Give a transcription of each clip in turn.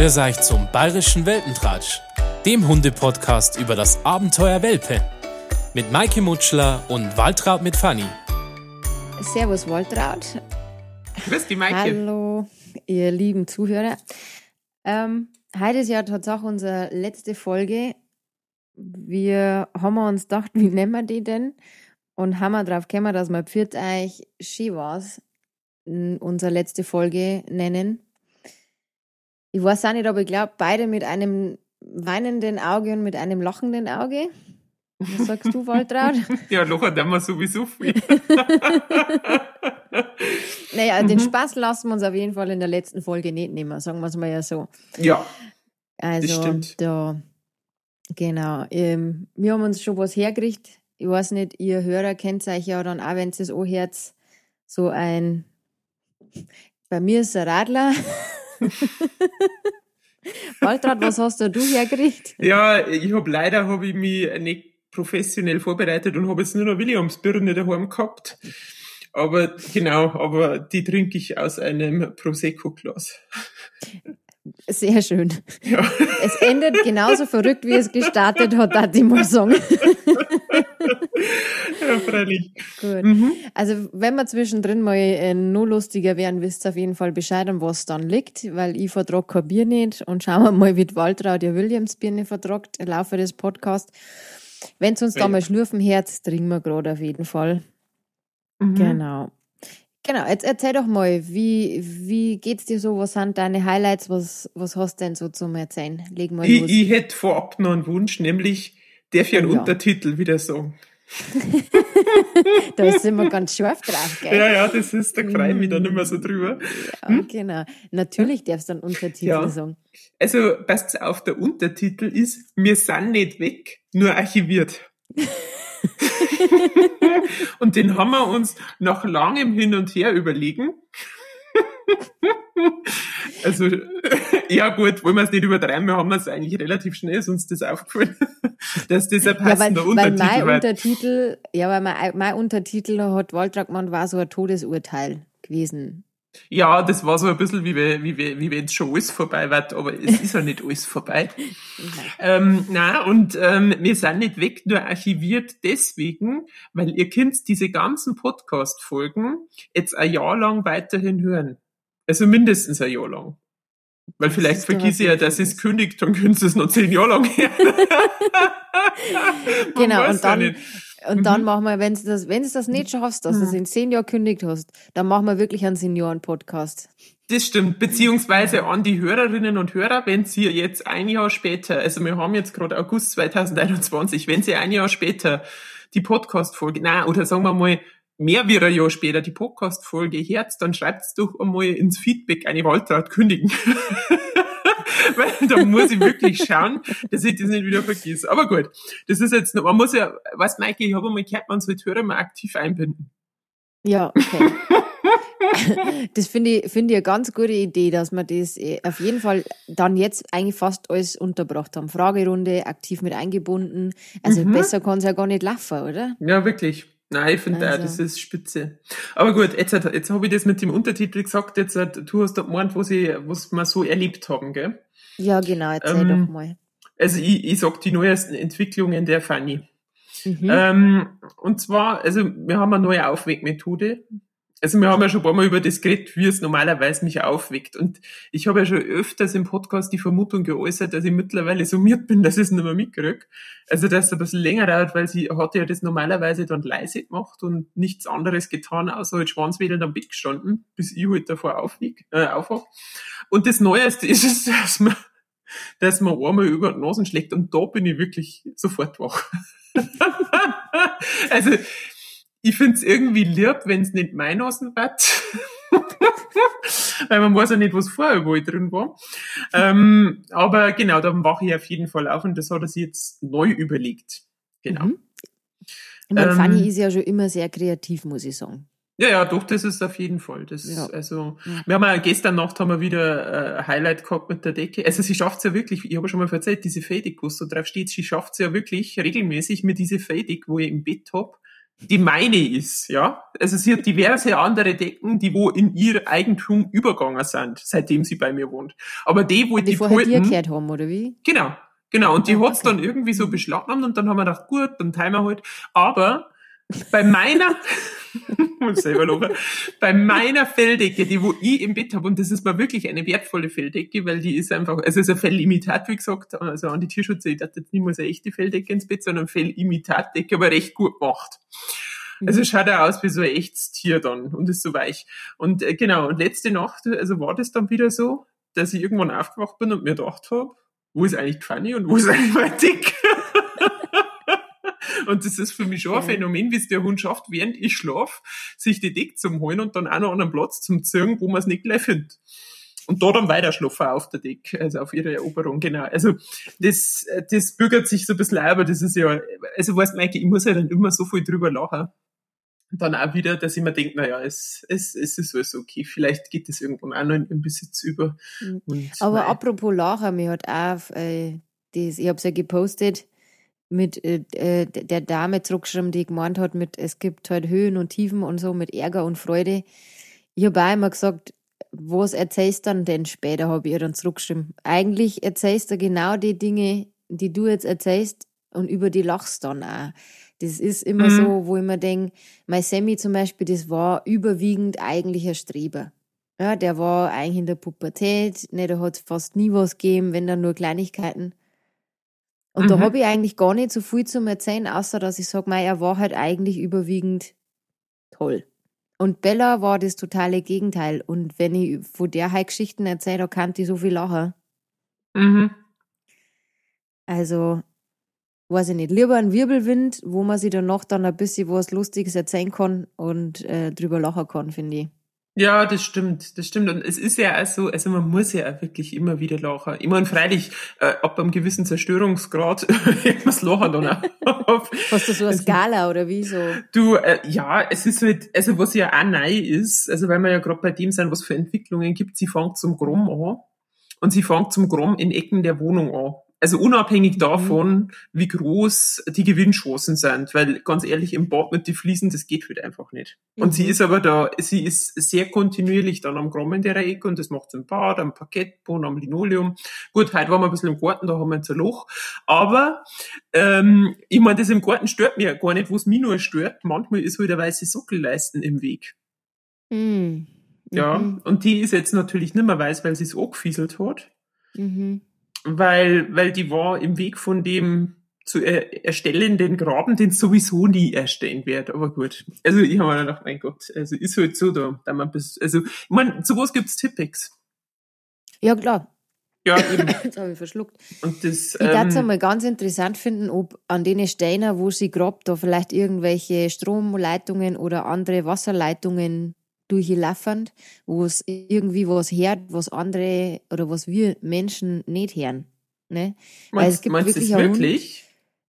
Grüß euch zum Bayerischen Welpentratsch, dem Hundepodcast über das Abenteuer Welpe. Mit Maike Mutschler und Waltraud mit Fanny. Servus Waltraud. Grüß die Maike. Hallo, ihr lieben Zuhörer. Heute ist ja tatsächlich unsere letzte Folge. Wir haben uns gedacht, wie nennen wir die denn? Und haben wir drauf gekommen, dass wir für euch schön was unsere letzte Folge nennen. Ich weiß auch nicht, aber ich glaube, beide mit einem weinenden Auge und mit einem lachenden Auge. Was sagst du, Waltraud? Ja, lachen haben wir sowieso viel. Naja, den Spaß lassen wir uns auf jeden Fall in der letzten Folge nicht nehmen, sagen wir es mal ja so. Ja, also, das stimmt. Genau. Wir haben uns schon was hergerichtet. Ich weiß nicht, ihr Hörer kennt euch ja dann auch, wenn es das anhört, so ein, bei mir ist ein Radler. Waltraud, was hast du hergerichtet? Ja, leider habe ich mich nicht professionell vorbereitet und habe jetzt nur noch Williamsbirne daheim gehabt. Aber die trinke ich aus einem Prosecco-Glas. Sehr schön. Ja. Es endet genauso verrückt, wie es gestartet hat, darf ich mal sagen. Ja, freilich. Gut. Also, wenn wir zwischendrin mal noch lustiger werden, wisst ihr auf jeden Fall Bescheid, an was dann liegt, weil ich vertrage kein Bier nicht und schauen wir mal, wie die Waltraud ihr Williamsbier nicht vertragt im Laufe des Podcasts. Wenn es uns da mal schlürfen herz, trinken wir gerade auf jeden Fall. Genau, jetzt erzähl doch mal, wie geht's dir so? Was sind deine Highlights? Was hast du denn so zum Erzählen? Leg mal los. Ich hätte vorab noch einen Wunsch, nämlich, darf ich einen Untertitel wieder sagen? Da sind wir ganz scharf drauf, gell? Ja, da freue ich mich dann immer so drüber. Ja, genau. Natürlich darfst du einen Untertitel sagen. Also, passt auf, der Untertitel ist, wir sind nicht weg, nur archiviert. Und den haben wir uns nach langem Hin und Her überlegen. Also, ja gut, wollen wir es nicht übertreiben, wir haben es eigentlich relativ schnell, ist uns das aufgefallen, dass das ein passender Untertitel war. Mein Untertitel hat Waltraud gemeint, war so ein Todesurteil gewesen. Ja, das war so ein bisschen wie wenn es schon alles vorbei wird, aber es ist ja nicht alles vorbei. Wir sind nicht weg, nur archiviert deswegen, weil ihr könnt diese ganzen Podcast-Folgen jetzt ein Jahr lang weiterhin hören. Also mindestens ein Jahr lang. Weil vielleicht vergiss ich ja, dass es kündigt, dann können sie es noch 10 Jahre lang hören. Genau, und dann machen wir, wenn du das nicht schaffst, dass du es in 10 Jahren kündigt hast, dann machen wir wirklich einen Senioren-Podcast. Das stimmt, beziehungsweise an die Hörerinnen und Hörer, wenn sie jetzt ein Jahr später, also wir haben jetzt gerade August 2021, wenn sie ein Jahr später die Podcast-Folge, oder sagen wir mal, mehr wie ein Jahr später die Podcast-Folge hört, dann schreibt's doch einmal ins Feedback eine Waltraud kündigen. Weil da muss ich wirklich schauen, dass ich das nicht wieder vergesse. Aber gut, das ist jetzt noch, man muss ja, was Maike, ich habe einmal gehört, man sollte Hörer mal aktiv einbinden. Ja, okay. Das finde ich eine ganz gute Idee, dass wir das auf jeden Fall dann jetzt eigentlich fast alles unterbracht haben. Fragerunde, aktiv mit eingebunden. Also besser kann es ja gar nicht laufen, oder? Ja, wirklich. Nein, ich finde auch, das ist spitze. Aber gut, jetzt habe ich das mit dem Untertitel gesagt, jetzt du hast da gemeint, was wir so erlebt haben, gell? Ja, genau, erzähl doch mal. Also ich sag die neuesten Entwicklungen der Fanny. Und zwar, also wir haben eine neue Aufweckmethode. Also wir haben ja schon ein paar Mal über das geredet, wie es normalerweise mich aufweckt. Und ich habe ja schon öfters im Podcast die Vermutung geäußert, dass ich mittlerweile summiert bin, dass ich es nicht mehr mitkriege. Also dass es ein bisschen länger dauert, weil sie hatte ja das normalerweise dann leise gemacht und nichts anderes getan, außer halt Schwanzwedelnd am Bett gestanden, bis ich halt davor aufwache. Und das Neueste ist es, dass man einmal über die Nasen schlägt und da bin ich wirklich sofort wach. Also ich find's irgendwie lieb, wenn's nicht mein Nasen wird. Weil man weiß ja nicht, was vorher überall drin war. Aber genau, da wache ich auf jeden Fall auf und das hat er sich jetzt neu überlegt. Genau. Ich meine, Fanny ist ja schon immer sehr kreativ, muss ich sagen. Ja, doch, das ist auf jeden Fall. Wir haben ja gestern Nacht haben wir wieder ein Highlight gehabt mit der Decke. Also sie schafft's ja wirklich, ich habe schon mal erzählt, diese Fedig, wo so drauf steht, sie schafft's ja wirklich regelmäßig mit diese Fedig, wo ich im Bett hab, die meine ist, ja. Also sie hat diverse andere Decken, die wo in ihr Eigentum übergegangen sind, seitdem sie bei mir wohnt. Aber die, wo die vorher dir gehört haben, oder wie? Genau. Und die hat's dann irgendwie so beschlagnahmt und dann haben wir gedacht, gut, dann teilen wir halt. Aber bei meiner, muss selber lachen, bei meiner Felldecke, die wo ich im Bett habe, und das ist mir wirklich eine wertvolle Felldecke, weil die ist einfach, also es ist ein Fellimitat, wie gesagt, also an die Tierschützer, ich dachte jetzt nicht mal so eine echte Felldecke ins Bett, sondern Fellimitatdecke, aber recht gut gemacht. Also es schaut ja aus wie so ein echtes Tier dann und ist so weich. Und genau, und letzte Nacht, also war das dann wieder so, dass ich irgendwann aufgewacht bin und mir gedacht habe, wo ist eigentlich die Fanny und wo ist eigentlich mein Dick? Und das ist für mich schon ein Phänomen, wie es der Hund schafft, während ich schlafe, sich die Decke zum holen und dann auch noch an einen Platz zum ziehen, wo man es nicht gleich findet. Und da dann weiter schlafen auf der Decke, also auf ihre Eroberung, genau. Also das bürgert sich so ein bisschen ein, aber das ist ja, also weißt du, Maike, ich muss ja dann immer so viel drüber lachen. Und dann auch wieder, dass ich mir denke, naja, es ist alles okay, vielleicht geht es irgendwann auch noch in den Besitz über. Und aber apropos Lachen, mir hat auch, ich habe es ja gepostet, mit der Dame zurückgeschrieben, die gemeint hat, es gibt halt Höhen und Tiefen und so, mit Ärger und Freude. Ich habe auch immer gesagt, was erzählst du dann denn später, habe ich ihr dann zurückgeschrieben. Eigentlich erzählst du genau die Dinge, die du jetzt erzählst und über die lachst dann auch. Das ist immer so, wo ich mir denke, mein Sammy zum Beispiel, das war überwiegend eigentlich ein Streber. Ja, der war eigentlich in der Pubertät, ne, da hat es fast nie was gegeben, wenn dann nur Kleinigkeiten. Und da habe ich eigentlich gar nicht so viel zum Erzählen, außer dass ich sage, er war halt eigentlich überwiegend toll. Und Bella war das totale Gegenteil. Und wenn ich von der halt Geschichten erzähle, da kann ich so viel lachen. Also, weiß ich nicht, lieber ein Wirbelwind, wo man sich danach dann ein bisschen was Lustiges erzählen kann und drüber lachen kann, finde ich. Ja, das stimmt. Und es ist ja auch so, also man muss ja auch wirklich immer wieder lachen. Ich meine, freilich, ab einem gewissen Zerstörungsgrad, irgendwas lachen dann auch. Hast du so eine Skala oder wie so? Du, ja, es ist halt, also was ja auch neu ist, also weil wir ja gerade bei dem sind, was für Entwicklungen gibt, sie fängt zum Grom an und sie fängt zum Grom in Ecken der Wohnung an. Also unabhängig davon, wie groß die Gewinnchancen sind, weil ganz ehrlich, im Bad mit den Fliesen, das geht halt einfach nicht. Und sie ist aber sie ist sehr kontinuierlich dann am Gramm in der Ecke und das macht sie im Bad, am Parkettboden, am Linoleum. Gut, heute waren wir ein bisschen im Garten, da haben wir jetzt ein Loch. Aber ich meine, das im Garten stört mich ja gar nicht, wo es mich nur stört. Manchmal ist halt eine weiße Sockelleisten im Weg. Ja, und die ist jetzt natürlich nicht mehr weiß, weil sie es angefieselt hat. Weil die war im Weg von dem zu erstellenden Graben, den sowieso nie erstellen wird. Aber gut. Also ich habe mir gedacht, mein Gott, also ist halt so da man also ich meine, sowas gibt's Tippex. Ja, klar. Ja, eben. Jetzt habe ich verschluckt. Und das, ich würde es einmal ganz interessant finden, ob an den Steinen, wo sie grabt, da vielleicht irgendwelche Stromleitungen oder andere Wasserleitungen durchlaufen, wo es irgendwie was hört, was andere oder was wir Menschen nicht hören. Ne? Weil es gibt wirklich es wirklich?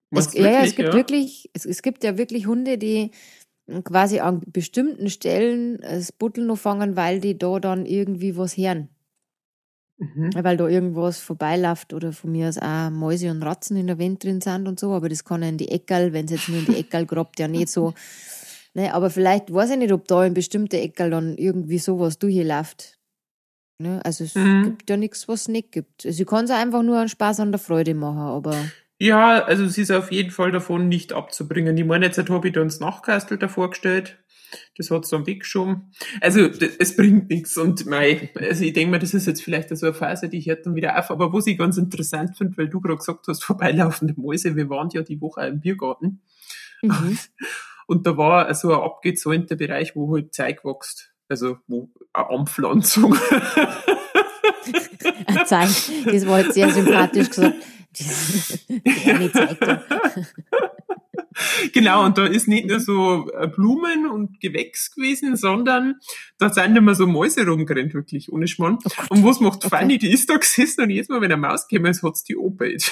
Es gibt ja wirklich Hunde, die quasi an bestimmten Stellen das Butteln noch fangen, weil die da dann irgendwie was hören. Weil da irgendwas vorbeiläuft oder von mir aus auch Mäuse und Ratzen in der Wand drin sind und so, aber das kann ja in die Eckerl, wenn es jetzt nur in die Eckerl grabt, ja nicht so. Ne, aber vielleicht, weiß ich nicht, ob da in bestimmte Eckerl dann irgendwie sowas durchläuft. Ne, also es gibt ja nichts, was es nicht gibt. Sie kann es einfach nur einen Spaß an der Freude machen, aber... Ja, also sie ist auf jeden Fall davon nicht abzubringen. Ich meine, jetzt habe ich da uns Nachkastel davor gestellt. Das hat's dann weggeschoben. Also, es bringt nichts. Und also ich denke mir, das ist jetzt vielleicht so eine Phase, die hört dann wieder auf. Aber was ich ganz interessant finde, weil du gerade gesagt hast, vorbeilaufende Mäuse, wir waren ja die Woche auch im Biergarten. Und da war so ein abgezäunter Bereich, wo halt Zeug wächst. Also, wo eine Anpflanzung. Ein Zeug, das war halt sehr sympathisch gesagt. Die Zeug da. Genau, und da ist nicht nur so Blumen und Gewächs gewesen, sondern da sind immer so Mäuse rumgerannt, wirklich, ohne Schmarrn. Oh, und was macht Fanny? Die ist da gesessen und jedes Mal, wenn eine Maus käme, hat's die angebellt.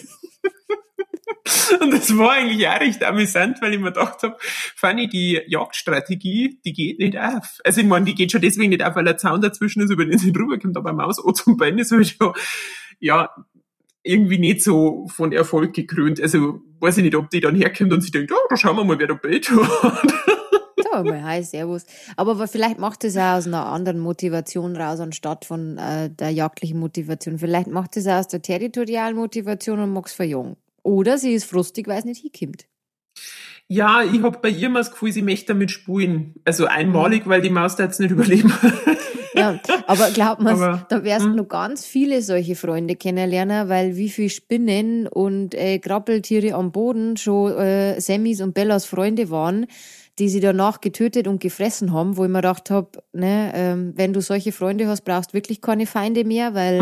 Und das war eigentlich auch recht amüsant, weil ich mir gedacht habe, Fanny, die Jagdstrategie, die geht nicht auf. Also ich meine, die geht schon deswegen nicht auf, weil ein Zaun dazwischen ist, über den sie drüber kommt, aber eine Maus zum Bein ist halt schon, ja, irgendwie nicht so von Erfolg gekrönt. Also weiß ich nicht, ob die dann herkommt und sich denkt, da schauen wir mal, wer da Bild hat. Ja, mal, hi, servus. Aber vielleicht macht es auch aus einer anderen Motivation raus, anstatt von der jagdlichen Motivation. Vielleicht macht es auch aus der territorialen Motivation und mag es verjagen. Oder sie ist frustig, weil es nicht hinkommt. Ja, ich hab bei ihr mal das Gefühl, sie möchte damit spielen. Also einmalig, weil die Maus da jetzt nicht überleben. Ja, aber glaub mir, da wirst du noch ganz viele solche Freunde kennenlernen, weil wie viel Spinnen und Krabbeltiere am Boden schon Sammys und Bellas Freunde waren, die sie danach getötet und gefressen haben, wo ich mir gedacht habe, ne, wenn du solche Freunde hast, brauchst du wirklich keine Feinde mehr, weil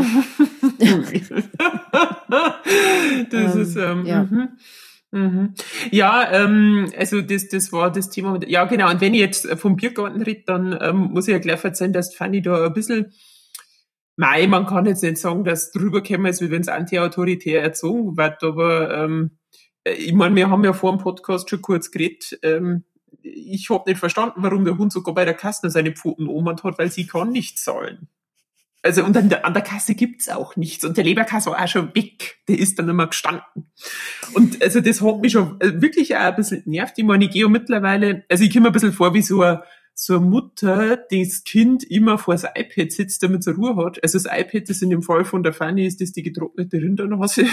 das ist ja. Ja, also das war das Thema mit, ja genau, und wenn ich jetzt vom Biergarten rede, dann muss ich ja gleich erzählen, dass Fanny da ein bisschen, man kann jetzt nicht sagen, dass es drüber gekommen ist, wie wenn es anti-autoritär erzogen wird, aber ich meine, wir haben ja vor dem Podcast schon kurz geredet, ich habe nicht verstanden, warum der Hund sogar bei der Kasse seine Pfoten oben hat, weil sie kann nicht zahlen. Also, und an der Kasse gibt's auch nichts. Und der Leberkass war auch schon weg. Der ist dann immer gestanden. Und also das hat mich schon wirklich auch ein bisschen genervt. Ich meine, ich gehe ja mittlerweile, also ich komme mir ein bisschen vor wie so eine Mutter, die das Kind immer vor das iPad sitzt, damit es Ruhe hat. Also das iPad, das in dem Fall von der Fanny ist, das die getrocknete Rindernase.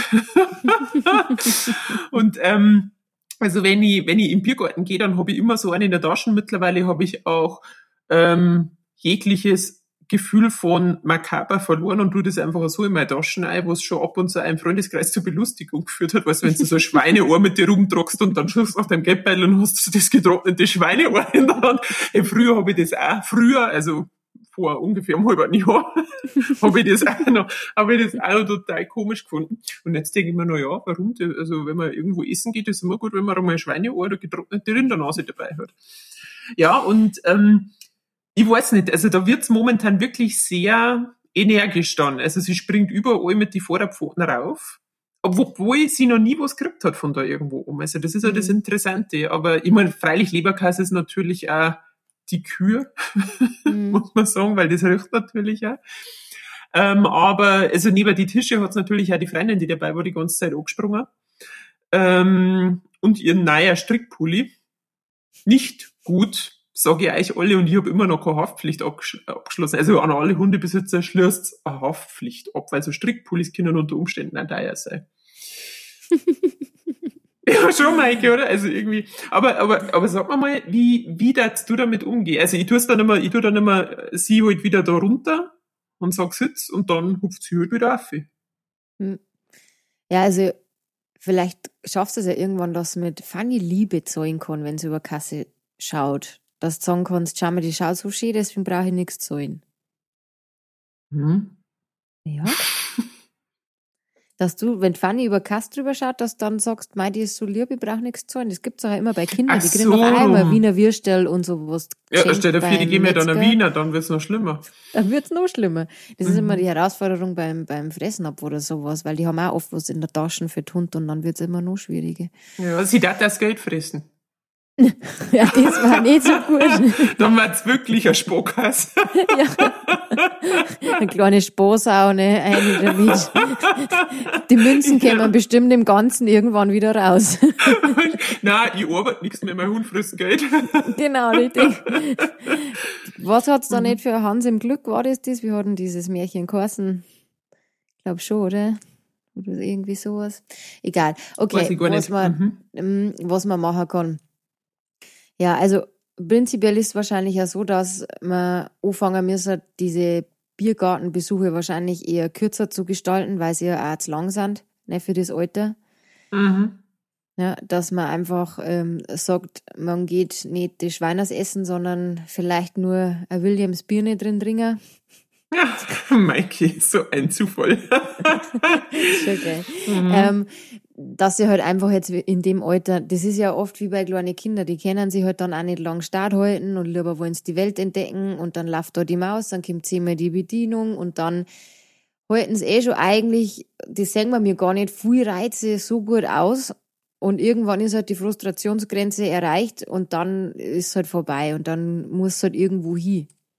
Und also wenn ich im Biergarten gehe, dann habe ich immer so einen in der Tasche. Mittlerweile habe ich auch jegliches Gefühl von makaber verloren und tue das einfach so in meine Taschen ein, wo es schon ab und zu einen Freundeskreis zur Belustigung geführt hat, weißt du, wenn du so ein Schweineohr mit dir rumtragst und dann schaust du auf deinem Geldbeutel und hast du das getrocknete Schweineohr in der Hand. Früher habe ich das auch, also vor ungefähr einem halben Jahr, habe ich das auch noch total komisch gefunden. Und jetzt denke ich mir, ja, warum? Also wenn man irgendwo essen geht, ist es immer gut, wenn man einmal ein Schweineohr oder getrocknete Rindernase dabei hat. Ja, und ich weiß nicht, also da wird's momentan wirklich sehr energisch dann. Also sie springt überall mit die Vorderpfoten rauf, obwohl sie noch nie was gekriegt hat von da irgendwo um. Also das ist ja das Interessante. Aber ich meine, freilich Leberkäse ist natürlich auch die Kühe, muss man sagen, weil das riecht natürlich auch. Aber also neben die Tische hat's natürlich auch die Freundin, die dabei war, die ganze Zeit angesprungen. Und ihren neuer Strickpulli. Nicht gut, sage ich euch alle, und ich habe immer noch keine Haftpflicht abgeschlossen. Also an alle Hundebesitzer schließt eine Haftpflicht ab, weil so Strickpullis können unter Umständen auch teuer sein. Ja, schon, Maike, oder? Also irgendwie, aber sag mal, wie darfst du damit umgehen? Also ich tue dann immer sie halt wieder da runter und sag Sitz und dann hupft sie halt wieder auf. Ja, also vielleicht schaffst du es ja irgendwann, dass mit Fanny Liebe zahlen kann, wenn sie über Kasse schaut. Dass du sagen kannst, schau mal, die schaut so schön, deswegen brauche ich nichts zahlen. Ja. Dass du, wenn Fanny über Kasse drüber schaut, dass du dann sagst, mei, die ist so lieb, ich brauche nichts zahlen. Das gibt's auch immer bei Kindern, die kriegen auch einmal Wiener Würstel und sowas. Ja, stell dir vor, die geben mir dann eine Wiener, dann wird's noch schlimmer. Dann wird's noch schlimmer. Das ist immer die Herausforderung beim Fressen ab oder sowas, weil die haben auch oft was in der Tasche für den Hund und dann wird's immer noch schwieriger. Ja, sie darf das Geld fressen. Ja, das war nicht so gut. Dann wird's wirklich ein Spockhaus. Ja. Eine kleine Spaßsaune, eine damit. Die Münzen kämen bestimmt im Ganzen irgendwann wieder raus. Nein, ich arbeite nichts mehr, mein Hund frisst Geld. Genau, richtig. Was hat's da nicht für Hans im Glück? War das? Wir hatten dieses Märchen geheißen. Ich glaube schon, oder? Oder irgendwie sowas. Egal. Okay, was man machen kann. Ja, also prinzipiell ist es wahrscheinlich ja so, dass man anfangen müssen, diese Biergartenbesuche wahrscheinlich eher kürzer zu gestalten, weil sie ja auch zu lang sind, ne, für das Alter. Ja, dass man einfach sagt, man geht nicht die Schweiners essen, sondern vielleicht nur ein Williams Bier nicht drin trinken. Ja, Maike, so ein Zufall. Schon geil. Dass sie halt einfach jetzt in dem Alter, das ist ja oft wie bei kleinen Kindern, die können sich halt dann auch nicht lang Start halten und lieber wollen sie die Welt entdecken und dann läuft da die Maus, dann kommt zehnmal die Bedienung und dann halten sie schon eigentlich, das sagen wir mir gar nicht, viel Reize so gut aus und irgendwann ist halt die Frustrationsgrenze erreicht und dann ist es halt vorbei und dann muss es halt irgendwo hin.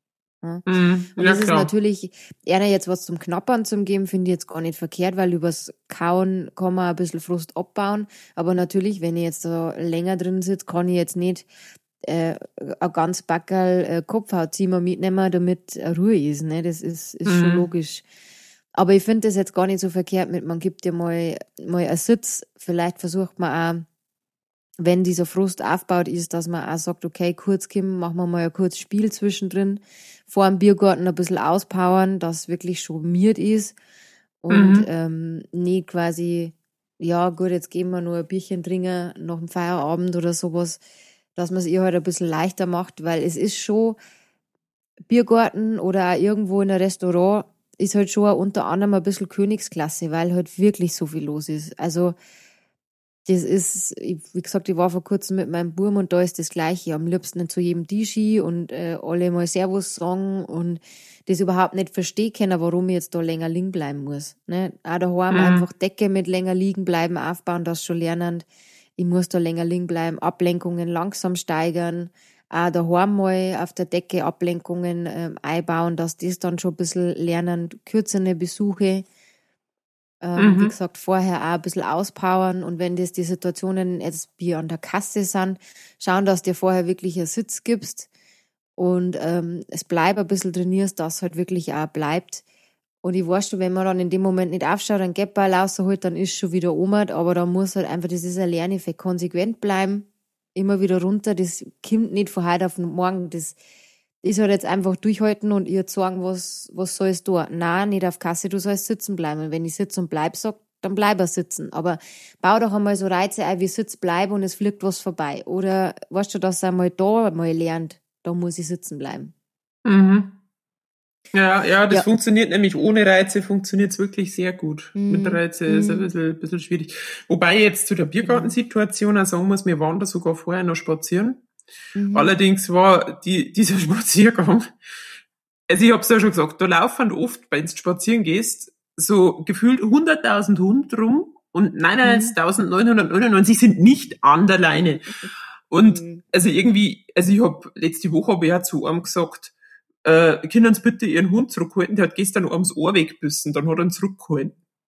Ja. Mhm. Und Ja, das ist klar. natürlich, eher jetzt was zum Knappern zum geben, finde ich jetzt gar nicht verkehrt, weil übers Kauen kann man ein bisschen Frust abbauen. Aber natürlich, wenn ich jetzt so länger drin sitze, kann ich jetzt nicht ein ganz Backerl Kopfhautzimmer mitnehmen, damit Ruhe ist. Ne? Das ist schon Mhm. logisch. Aber ich finde das jetzt gar nicht so verkehrt mit, man gibt dir mal einen Sitz. Vielleicht versucht man auch, wenn dieser Frust aufgebaut ist, dass man auch sagt, okay, kurz Kim, machen wir mal ein kurzes Spiel zwischendrin, vor dem Biergarten ein bisschen auspowern, dass wirklich schon miert ist und Mhm. nicht quasi, ja gut, jetzt gehen wir nur ein Bierchen trinken nach dem Feierabend oder sowas, dass man es ihr halt ein bisschen leichter macht, weil es ist schon, Biergarten oder auch irgendwo in einem Restaurant ist halt schon unter anderem ein bisschen Königsklasse, weil halt wirklich so viel los ist. Also das ist, wie gesagt, ich war vor kurzem mit meinem Burm und da ist das Gleiche. Am liebsten zu jedem Dischi und alle mal Servus sagen und das überhaupt nicht verstehen können, warum ich jetzt da länger liegen bleiben muss. Ne? Auch daheim Mhm. einfach Decke mit länger liegen bleiben aufbauen, das schon lernen. Ich muss da länger liegen bleiben, Ablenkungen langsam steigern. Auch daheim mal auf der Decke Ablenkungen einbauen, dass das dann schon ein bisschen lernen, kürzere Besuche. Wie Mhm. gesagt, vorher auch ein bisschen auspowern und wenn das die Situationen jetzt wie an der Kasse sind, schauen, dass dir vorher wirklich einen Sitz gibst und es bleibt ein bisschen trainierst, dass halt wirklich auch bleibt. Und ich weiß schon, wenn man dann in dem Moment nicht aufschaut, dann geht Ball rausholt, dann ist schon wieder ohnmacht, aber da muss halt einfach, das ist ein Lerneffekt, konsequent bleiben, immer wieder runter, das kommt nicht von heute auf morgen, das ist halt jetzt einfach durchhalten und ihr sagen, was sollst du? Nein, nicht auf Kasse, du sollst sitzen bleiben. Und wenn ich sitze und bleib, sag, dann bleib er sitzen. Aber bau doch einmal so Reize ein, wie sitz bleib und es fliegt was vorbei. Oder weißt du, dass er mal da mal lernt, da muss ich sitzen bleiben. Mhm. Ja, ja, das Ja. funktioniert nämlich ohne Reize, funktioniert es wirklich sehr gut. Mit Reize ist ein bisschen schwierig. Wobei ich jetzt zu der Genau. Biergartensituation auch sagen muss, wir waren da sogar vorher noch spazieren. Mhm. Allerdings war dieser Spaziergang, also ich hab's ja schon gesagt, da laufen oft, wenn du spazieren gehst, so gefühlt 100.000 Hunde rum und Mhm. 99.999 sind nicht an der Leine. Und Mhm. also irgendwie, also letzte Woche habe ich ja zu einem gesagt, können Sie bitte Ihren Hund zurückhalten, der hat gestern abends Ohr weggebissen, dann hat er ihn zurückgehalten.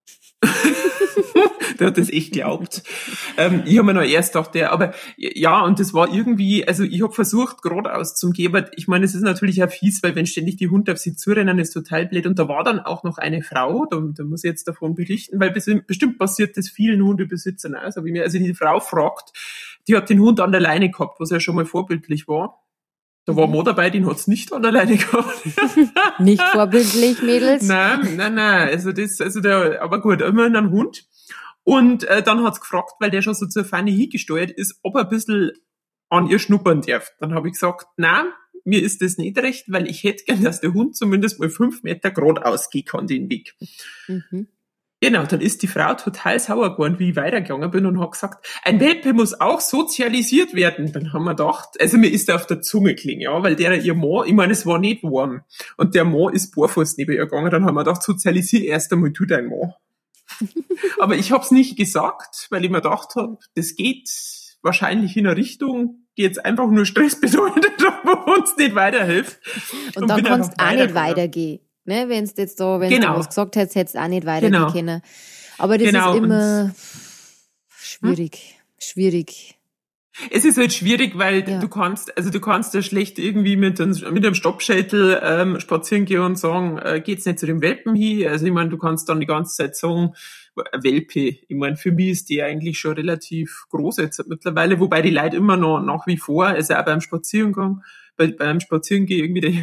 Der hat das echt glaubt. Ich habe mir noch erst gedacht, aber ja, und das war irgendwie, also ich habe versucht, geradeaus zum gehen, aber ich meine, es ist natürlich auch fies, weil wenn ständig die Hunde auf sie zurennen, ist total blöd. Und da war dann auch noch eine Frau, da muss ich jetzt davon berichten, weil bestimmt passiert das vielen Hundebesitzern aus, aber also die Frau fragt, die hat den Hund an der Leine gehabt, was ja schon mal vorbildlich war. Da war Mhm. Mo dabei, den hat's nicht an der Leine gehabt. Nicht vorbildlich, Mädels. Nein, aber gut, immerhin ein Hund. Und dann hat's gefragt, weil der schon so zur Fanny hingesteuert ist, ob er ein bisschen an ihr schnuppern darf. Dann habe ich gesagt, nein, mir ist das nicht recht, weil ich hätte gern, dass der Hund zumindest mal 5 Meter geradeaus gehen kann, den Weg. Mhm. Genau, dann ist die Frau total sauer geworden, wie ich weitergegangen bin und hat gesagt, ein Welpe muss auch sozialisiert werden. Dann haben wir gedacht, also mir ist der auf der Zunge gelegen, ja, weil ihr Mann, ich meine, es war nicht warm. Und der Mann ist barfuß neben ihr gegangen, dann haben wir gedacht, sozialisier erst einmal du dein Mann. Aber ich hab's nicht gesagt, weil ich mir gedacht habe, das geht wahrscheinlich in eine Richtung, die jetzt einfach nur Stress bedeutet, aber uns nicht weiterhilft. Und Und dann bin kannst einfach du auch nicht weitergegangen. weitergehen. Ne? Wenn du jetzt da, wenn du was Genau, gesagt hättest, hättest du auch nicht weitergehen genau, können. Aber das ist genau. Und immer hm? schwierig. Schwierig. Es ist halt schwierig, weil Ja. du kannst ja schlecht irgendwie mit einem Stoppschädel spazieren gehen und sagen, geht's nicht zu dem Welpen hin? Also ich meine, du kannst dann die ganze Zeit sagen, Welpe. Ich meine, für mich ist die eigentlich schon relativ groß jetzt mittlerweile, wobei die Leute immer noch nach wie vor, also auch beim Spazierengehen irgendwie der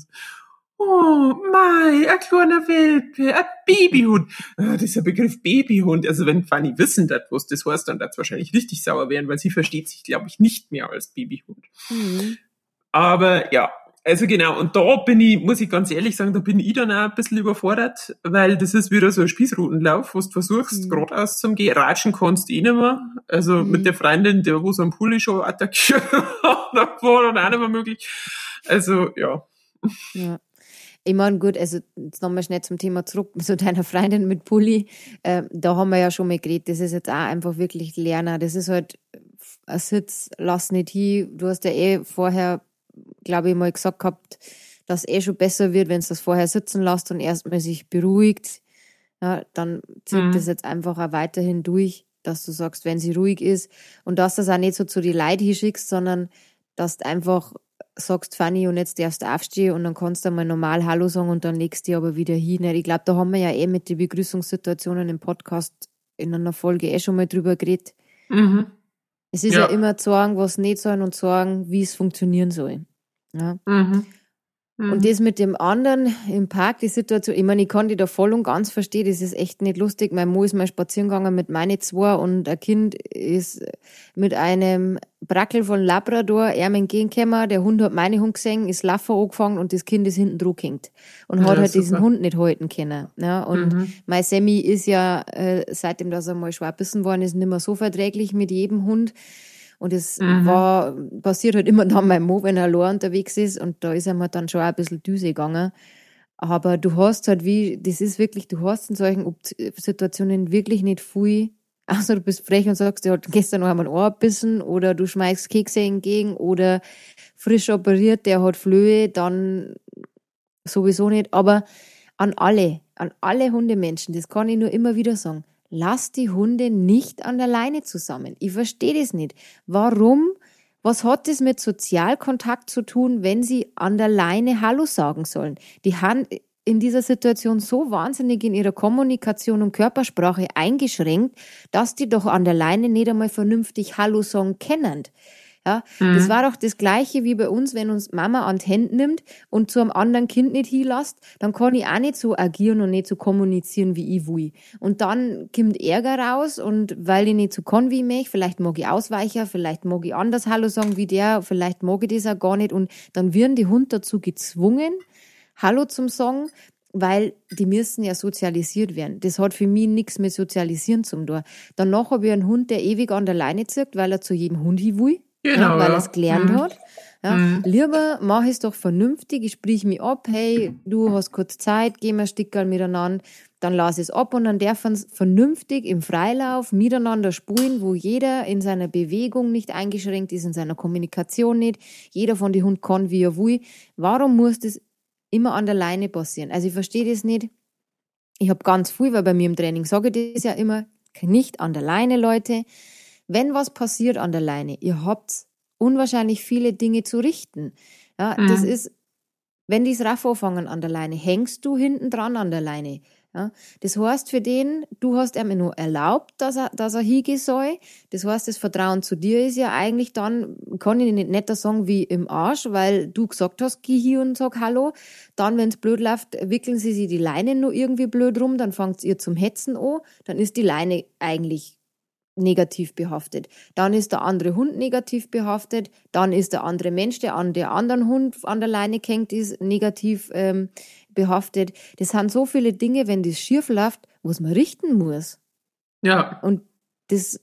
oh, mei, ein kleiner Welpe, ein Babyhund. Dieser Begriff Babyhund, also wenn Fanny wissen das, was das heißt, dann wird's wahrscheinlich richtig sauer werden, weil sie versteht sich, glaube ich, nicht mehr als Babyhund. Mhm. Aber ja, also genau, und muss ich ganz ehrlich sagen, da bin ich dann auch ein bisschen überfordert, weil das ist wieder so ein Spießrutenlauf, wo du versuchst, Mhm. geradeaus zu gehen, ratschen kannst du eh nicht mehr. Also mit der Mhm. Freundin, wo so ein Pulli schon attackiert hat, war dann auch nicht mehr möglich. Also, ja. Ja. Ich meine, gut, also jetzt nochmal schnell zum Thema zurück, zu deiner Freundin mit Pulli. Da haben wir ja schon mal geredet, das ist jetzt auch einfach wirklich Lerner. Das ist halt ein Sitz, lass nicht hin. Du hast ja vorher, glaube ich, mal gesagt gehabt, dass schon besser wird, wenn es das vorher sitzen lässt und erstmal sich beruhigt. Ja, dann zieht das jetzt einfach auch weiterhin durch, dass du sagst, wenn sie ruhig ist und dass das auch nicht so zu die Leute hinschickst, sondern dass du einfach sagst, Fanny, und jetzt darfst du aufstehen und dann kannst du einmal normal Hallo sagen und dann legst du dich aber wieder hin. Ich glaube, da haben wir ja mit den Begrüßungssituationen im Podcast in einer Folge schon mal drüber geredet. Mhm. Es ist ja immer sagen, was nicht sollen und sagen, wie es funktionieren soll. Ja. Und das mit dem anderen im Park, die Situation, ich meine, ich kann die da voll und ganz verstehen, das ist echt nicht lustig. Mein Mo ist mal spazieren gegangen mit meine zwei und ein Kind ist mit einem Brackel von Labrador ihm entgegengekommen, der Hund hat meine Hund gesehen, ist Laffer angefangen und das Kind ist hinten dran gehängt und hat halt super. diesen Hund nicht halten können. Ja, und mein Sammy ist ja, seitdem dass er mal schwer bissen worden ist, nicht mehr so verträglich mit jedem Hund. Und es passiert halt immer dann beim Mo, wenn er allein unterwegs ist. Und da ist er mir dann schon auch ein bisschen Düse gegangen. Aber du hast halt das ist wirklich, du hast in solchen Situationen wirklich nicht viel. Außer du bist frech und sagst, der hat gestern noch einmal ein Ohr gebissen oder du schmeißt Kekse entgegen oder frisch operiert, der hat Flöhe, dann sowieso nicht. Aber an alle Hundemenschen, das kann ich nur immer wieder sagen, lass die Hunde nicht an der Leine zusammen. Ich verstehe das nicht. Warum? Was hat das mit Sozialkontakt zu tun, wenn sie an der Leine Hallo sagen sollen? Die haben in dieser Situation so wahnsinnig in ihrer Kommunikation und Körpersprache eingeschränkt, dass die doch an der Leine nicht einmal vernünftig Hallo sagen können. Ja, das war doch das Gleiche wie bei uns, wenn uns Mama an die Hände nimmt und zu einem anderen Kind nicht hinlässt, dann kann ich auch nicht so agieren und nicht so kommunizieren, wie ich will. Und dann kommt Ärger raus und weil ich nicht so kann wie mich, vielleicht mag ich ausweichen, vielleicht mag ich anders Hallo sagen wie der, vielleicht mag ich das auch gar nicht und dann werden die Hunde dazu gezwungen, Hallo zum sagen, weil die müssen ja sozialisiert werden. Das hat für mich nichts mit Sozialisieren zu tun. Danach habe ich einen Hund, der ewig an der Leine zirkt, weil er zu jedem Hund hin will. Genau, weil er es gelernt hat. Ja, lieber mache ich es doch vernünftig, ich sprich mich ab, hey, du hast kurz Zeit, gehen wir ein Stückchen miteinander, dann lass es ab und dann dürfen sie vernünftig im Freilauf miteinander spulen, wo jeder in seiner Bewegung nicht eingeschränkt ist, in seiner Kommunikation nicht, jeder von den Hunden kann, wie er will. Warum muss das immer an der Leine passieren? Also ich verstehe das nicht. Ich habe ganz viel, weil bei mir im Training sage ich das ja immer, nicht an der Leine, Leute. Wenn was passiert an der Leine, ihr habt unwahrscheinlich viele Dinge zu richten. Ja, das ist, wenn die das Raff anfangen an der Leine, hängst du hinten dran an der Leine. Ja, das heißt für den, du hast ihm nur erlaubt, dass er hingehen soll. Das heißt, das Vertrauen zu dir ist ja eigentlich dann, kann ich nicht netter sagen wie im Arsch, weil du gesagt hast, geh hier und sag Hallo. Dann, wenn es blöd läuft, wickeln sie sich die Leine nur irgendwie blöd rum, dann fangt ihr zum Hetzen an, dann ist die Leine eigentlich negativ behaftet. Dann ist der andere Hund negativ behaftet. Dann ist der andere Mensch, der an der anderen Hund an der Leine hängt, ist negativ behaftet. Das sind so viele Dinge, wenn das schief läuft, was man richten muss. Ja. Und das...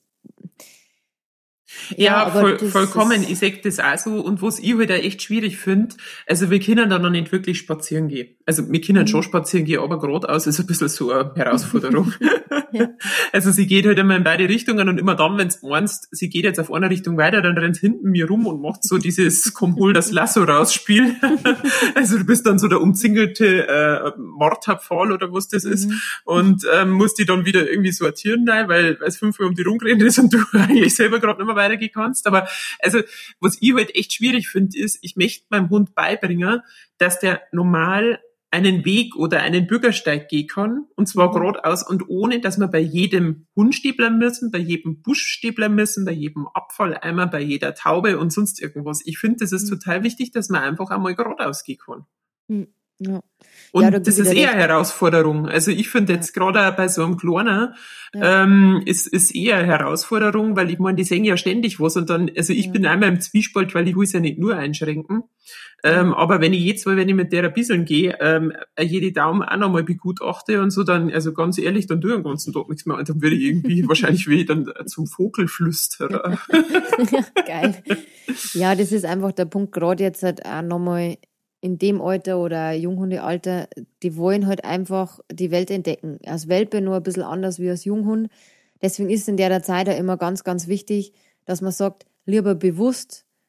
Ja, vollkommen. Ich sag das auch so. Und was ich halt auch echt schwierig finde, also wir können da noch nicht wirklich spazieren gehen. Also wir können schon spazieren gehen, aber geradeaus ist ein bisschen so eine Herausforderung. Ja. Also sie geht halt immer in beide Richtungen und immer dann, wenn du meinst, sie geht jetzt auf eine Richtung weiter, dann rennt hinten mir rum und macht so dieses Komm, hol das Lasso raus Spiel. Also du bist dann so der umzingelte Mordpfahl oder was das ist und musst die dann wieder irgendwie sortieren, weil es 5 Uhr um die rumgerannt ist und du eigentlich selber gerade nicht mehr weitergehen kannst. Aber also was ich halt echt schwierig finde, ist, ich möchte meinem Hund beibringen, dass der normal einen Weg oder einen Bürgersteig gehen kann, und zwar geradeaus und ohne, dass wir bei jedem Hund stäblern müssen, bei jedem Busch stäblern müssen, bei jedem Abfalleimer, bei jeder Taube und sonst irgendwas. Ich finde, das ist total wichtig, dass man einfach einmal geradeaus gehen kann. Ja. Und Ja, das ist eher eine Herausforderung. Also ich finde jetzt gerade bei so einem Kleiner, ist eher eine Herausforderung, weil ich meine, die sehen ja ständig was und dann, also ich bin einmal im Zwiespalt, weil ich will es ja nicht nur einschränken. Aber wenn ich mit der ein bisschen gehe, jede Daumen auch nochmal begutachte und so, dann, also ganz ehrlich, dann tue ich den ganzen Tag nichts mehr und dann würde ich irgendwie wahrscheinlich dann zum Vogelflüsterer. Geil. Ja, das ist einfach der Punkt, gerade jetzt halt auch nochmal in dem Alter oder Junghundealter, die wollen halt einfach die Welt entdecken. Als Welpe nur ein bisschen anders wie als Junghund. Deswegen ist in der Zeit ja immer ganz, ganz wichtig, dass man sagt, lieber bewusst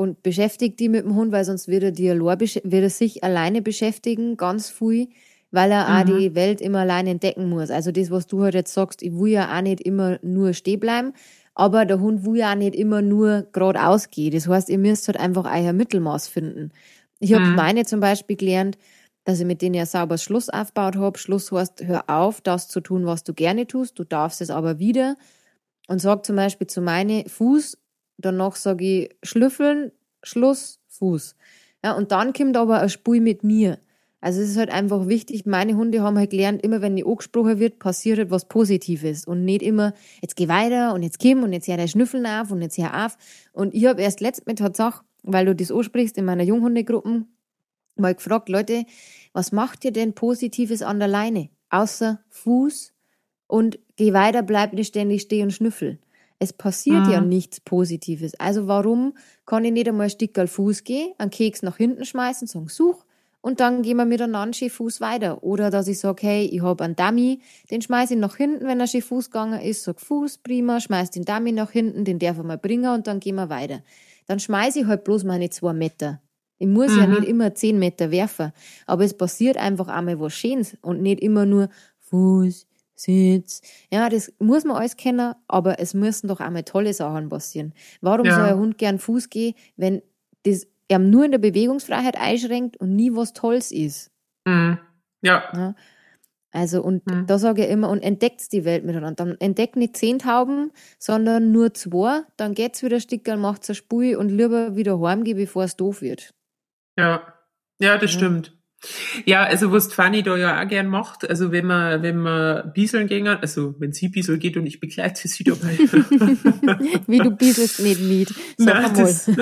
und beschäftigt die mit dem Hund, weil sonst wird er sich alleine beschäftigen, ganz viel, weil er auch die Welt immer alleine entdecken muss. Also das, was du halt jetzt sagst, ich will ja auch nicht immer nur stehen bleiben, aber der Hund will ja auch nicht immer nur geradeaus gehen. Das heißt, ihr müsst halt einfach euer Mittelmaß finden. Ich habe meine zum Beispiel gelernt, dass ich mit denen ja sauberes Schluss aufgebaut habe. Schluss heißt, hör auf, das zu tun, was du gerne tust, du darfst es aber wieder. Und sag zum Beispiel zu meine Fuß, danach sage ich Schlüffeln, Schluss, Fuß. Ja, und dann kommt aber ein Spiel mit mir. Also es ist halt einfach wichtig, meine Hunde haben halt gelernt, immer wenn die angesprochen wird, passiert halt was Positives und nicht immer, jetzt geh weiter und jetzt komm und jetzt hör der Schnüffeln auf und jetzt hör auf. Und ich habe erst letztens mit Tatsache, weil du das ansprichst, in meiner Junghundegruppe mal gefragt, Leute, was macht ihr denn Positives an der Leine? Außer Fuß und geh weiter, bleib nicht ständig stehen und schnüffel. Es passiert ja nichts Positives. Also warum kann ich nicht einmal ein Stückchen Fuß gehen, einen Keks nach hinten schmeißen, sagen, such, und dann gehen wir miteinander schön Fuß weiter. Oder dass ich sage, hey, ich habe einen Dummy, den schmeiße ich nach hinten, wenn er schön Fuß gegangen ist, sag Fuß, prima, schmeiß den Dummy nach hinten, den darf er mal bringen und dann gehen wir weiter. Dann schmeiße ich halt bloß meine 2 Meter. Ich muss ja nicht immer 10 Meter werfen, aber es passiert einfach einmal was Schönes und nicht immer nur Fuß, Sitz. Ja, das muss man alles kennen, aber es müssen doch einmal tolle Sachen passieren. Warum soll ein Hund gern Fuß gehen, wenn das ihm nur in der Bewegungsfreiheit einschränkt und nie was Tolles ist? Ja. Also, und da sage ich immer, und entdeckt die Welt miteinander. Dann entdeckt nicht 10 Tauben, sondern nur 2, dann geht's wieder ein Stückchen, macht's ein Spui und lieber wieder heimgehen, bevor es doof wird. Ja, das stimmt. Ja, also was die Fanny da ja auch gern macht, also wenn wir bieseln gehen, also wenn sie bieseln geht und ich begleite sie dabei. Wie du bieselst nicht mit. Nein,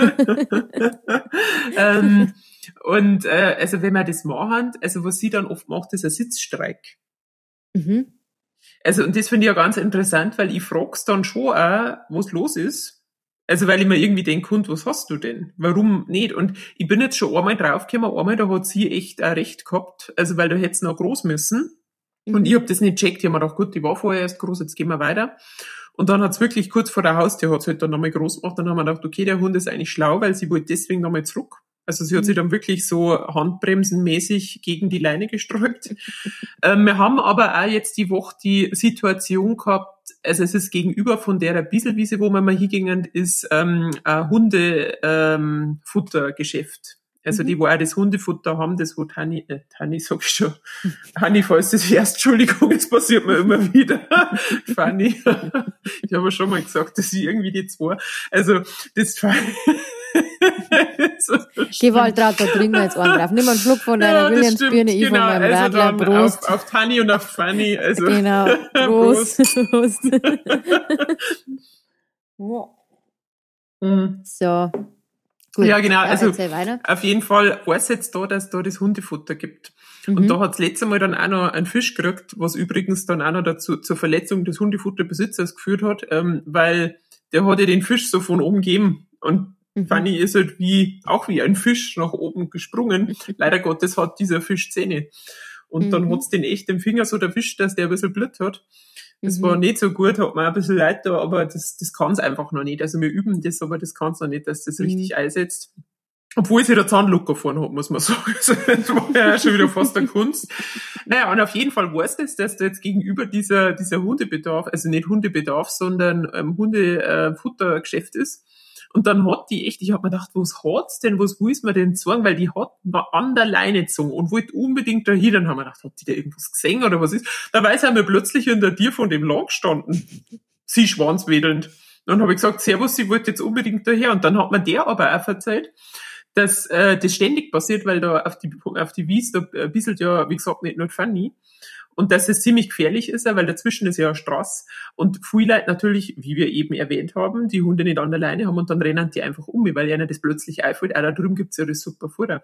und also wenn wir das machen, also was sie dann oft macht, ist ein Sitzstreik. Also und das finde ich ja ganz interessant, weil ich frag's dann schon auch, was los ist. Also weil ich mir irgendwie denke, Hund, was hast du denn? Warum nicht? Und ich bin jetzt schon einmal draufgekommen, da hat sie echt auch recht gehabt, also weil da hätte es noch groß müssen. Und ich habe das nicht gecheckt, ich habe mir gedacht, gut, die war vorher erst groß, jetzt gehen wir weiter. Und dann hat's wirklich kurz vor der Haustür, hat's halt dann nochmal groß gemacht, dann haben wir gedacht, okay, der Hund ist eigentlich schlau, weil sie wollte deswegen nochmal zurück. Also sie hat sich dann wirklich so handbremsenmäßig gegen die Leine gesträubt. Wir haben aber auch jetzt die Woche die Situation gehabt, also es ist gegenüber von der Bieselwiese, wo wir mal hingingen, ist ein Hundefuttergeschäft. Also die, wo auch das Hundefutter haben, das wo Hanni sag ich schon. Hanni, falls das erst, Entschuldigung, es passiert mir immer wieder. Fanny. Ich habe schon mal gesagt, dass ich irgendwie die 2. Also das so Gewaltrat, da trinken wir jetzt einen drauf. Nimm einen Schluck von deiner Williamsbirne, ich von meinem Radler. Prost. Auf Tanni und auf Fanny. Also. Genau. Prost. Prost. So. Gut. Ja, genau. Also auf jeden Fall weiß jetzt da, dass da das Hundefutter gibt. Und da hat's letztes Mal dann auch noch einen Fisch gekriegt, was übrigens dann auch noch dazu zur Verletzung des Hundefutterbesitzers geführt hat, weil der hat ja den Fisch so von oben gegeben und Fanny ist halt wie ein Fisch nach oben gesprungen. Leider Gottes hat dieser Fisch Zähne. Und dann hat's den echt im Finger so erwischt, dass der ein bisschen Blut hat. Das war nicht so gut, hat mir ein bisschen leid da, aber das kann's einfach noch nicht. Also wir üben das, aber das kann's noch nicht, dass das richtig einsetzt. Obwohl sie der Zahnlucker vorne hat, muss man sagen. Also das war ja schon wieder fast eine Kunst. Naja, und auf jeden Fall weiß das, dass da jetzt gegenüber dieser Hundebedarf, also nicht Hundebedarf, sondern Hundefuttergeschäft ist. Und dann hat die echt, ich hab mir gedacht, was hat's denn, was will man denn sagen, weil die hat an der Leine gezogen und wollte unbedingt da hin. Dann haben wir gedacht, hat die da irgendwas gesehen oder was ist? Dabei sind wir plötzlich in der Tür von dem Lang gestanden. Sie schwanzwedelnd. Dann habe ich gesagt, servus, sie wollte jetzt unbedingt daher. Und dann hat mir der aber auch erzählt, dass das ständig passiert, weil da auf die Wies, da bisselt ja, wie gesagt, nicht nur die Fanny. Und dass es ziemlich gefährlich ist, weil dazwischen ist ja eine Straße. Und viele Leute natürlich, wie wir eben erwähnt haben, die Hunde nicht an der Leine haben und dann rennen die einfach um, weil ihnen das plötzlich einfällt. Auch da drüben gibt's ja das super Futter.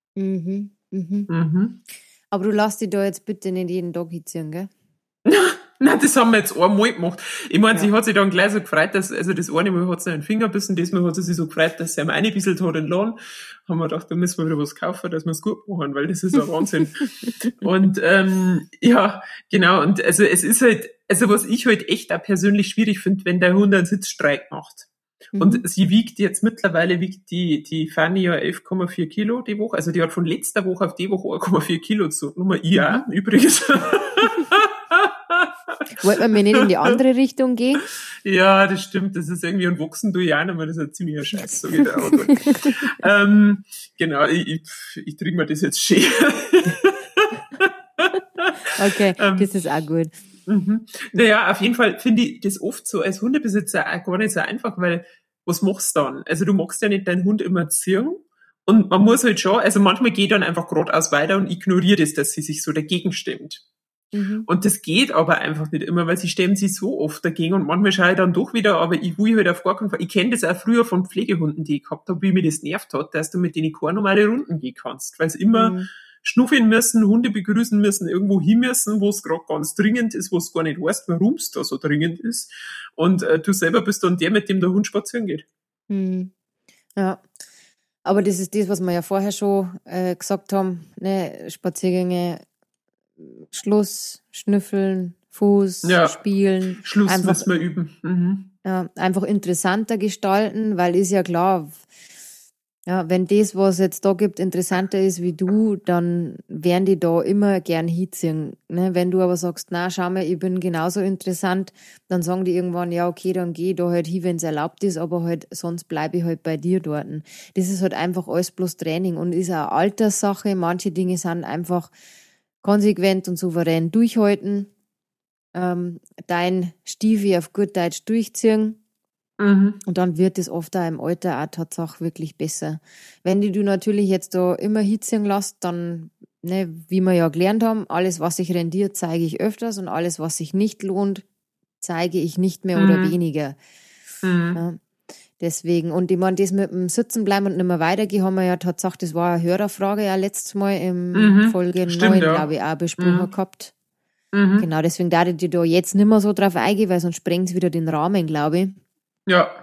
Aber du lässt dich da jetzt bitte nicht jeden Tag hinziehen, gell? Nein, das haben wir jetzt einmal gemacht. Ich meine, sie hat sich dann gleich so gefreut, dass, also das eine Mal hat sie einen Finger gebissen, das Mal hat sie sich so gefreut, dass sie ihm reingebisselt hat in den Laden. Haben wir gedacht, da müssen wir wieder was kaufen, dass wir es gut machen, weil das ist ein Wahnsinn. Und ja, genau, und also es ist halt, also was ich halt echt auch persönlich schwierig finde, wenn der Hund einen Sitzstreik macht. Und sie wiegt die Fanny ja 11,4 Kilo die Woche. Also die hat von letzter Woche auf die Woche 1,4 Kilo zugenommen. Ich auch, übrigens. Wollten wir nicht in die andere Richtung gehen? Ja, das stimmt. Das ist irgendwie ein Wachsen durch auch, aber das ist ein ziemlicher Scheiß, so wie der Auto. Genau, ich trinke mir das jetzt schön. Okay, das ist auch gut. Naja, auf jeden Fall finde ich das oft so als Hundebesitzer auch gar nicht so einfach, weil was machst du dann? Also du magst ja nicht deinen Hund immer ziehen und man muss halt schon, also manchmal geht dann einfach geradeaus weiter und ignoriert es, dass sie sich so dagegen stemmt. Und das geht aber einfach nicht immer, weil sie stemmen sich so oft dagegen und manchmal schaue ich dann doch wieder, aber ich will halt auf gar keinen Fall. Ich kenne das auch früher von Pflegehunden, die ich gehabt habe, wie mir das nervt hat, dass du mit denen keine normale Runden gehen kannst, weil es immer schnuffeln müssen, Hunde begrüßen müssen, irgendwo hin müssen, wo es gerade ganz dringend ist, wo es gar nicht weißt, warum es da so dringend ist. Und du selber bist dann der, mit dem der Hund spazieren geht. Ja, aber das ist das, was wir ja vorher schon gesagt haben, ne? Spaziergänge, Schluss, Schnüffeln, Fuß, Spielen. Schluss einfach, müssen wir üben. Ja, einfach interessanter gestalten, weil ist ja klar, ja, wenn das, was jetzt da gibt, interessanter ist wie du, dann werden die da immer gern hinziehen. Ne? Wenn du aber sagst, na, schau mal, ich bin genauso interessant, dann sagen die irgendwann, ja, okay, dann geh ich da halt hin, wenn es erlaubt ist, aber halt, sonst bleibe ich halt bei dir dort. Das ist halt einfach alles bloß Training und ist eine Alterssache. Manche Dinge sind einfach konsequent und souverän durchhalten, dein Stiefel auf gut Deutsch durchziehen. Und dann wird es oft auch im Alter auch tatsächlich wirklich besser. Wenn du natürlich jetzt da immer hinziehen lässt, dann, ne, wie wir ja gelernt haben, alles, was sich rendiert, zeige ich öfters und alles, was sich nicht lohnt, zeige ich nicht mehr oder weniger. Ja, deswegen, und ich meine, das mit dem Sitzen bleiben und nicht mehr weitergehen, haben wir ja tatsächlich, das war eine Hörerfrage ja letztes Mal im Folge 9, glaube ich, auch besprochen gehabt. Genau, deswegen darf ich dir da jetzt nicht mehr so drauf eingehen, weil sonst sprengt es wieder den Rahmen, glaube ich. Ja.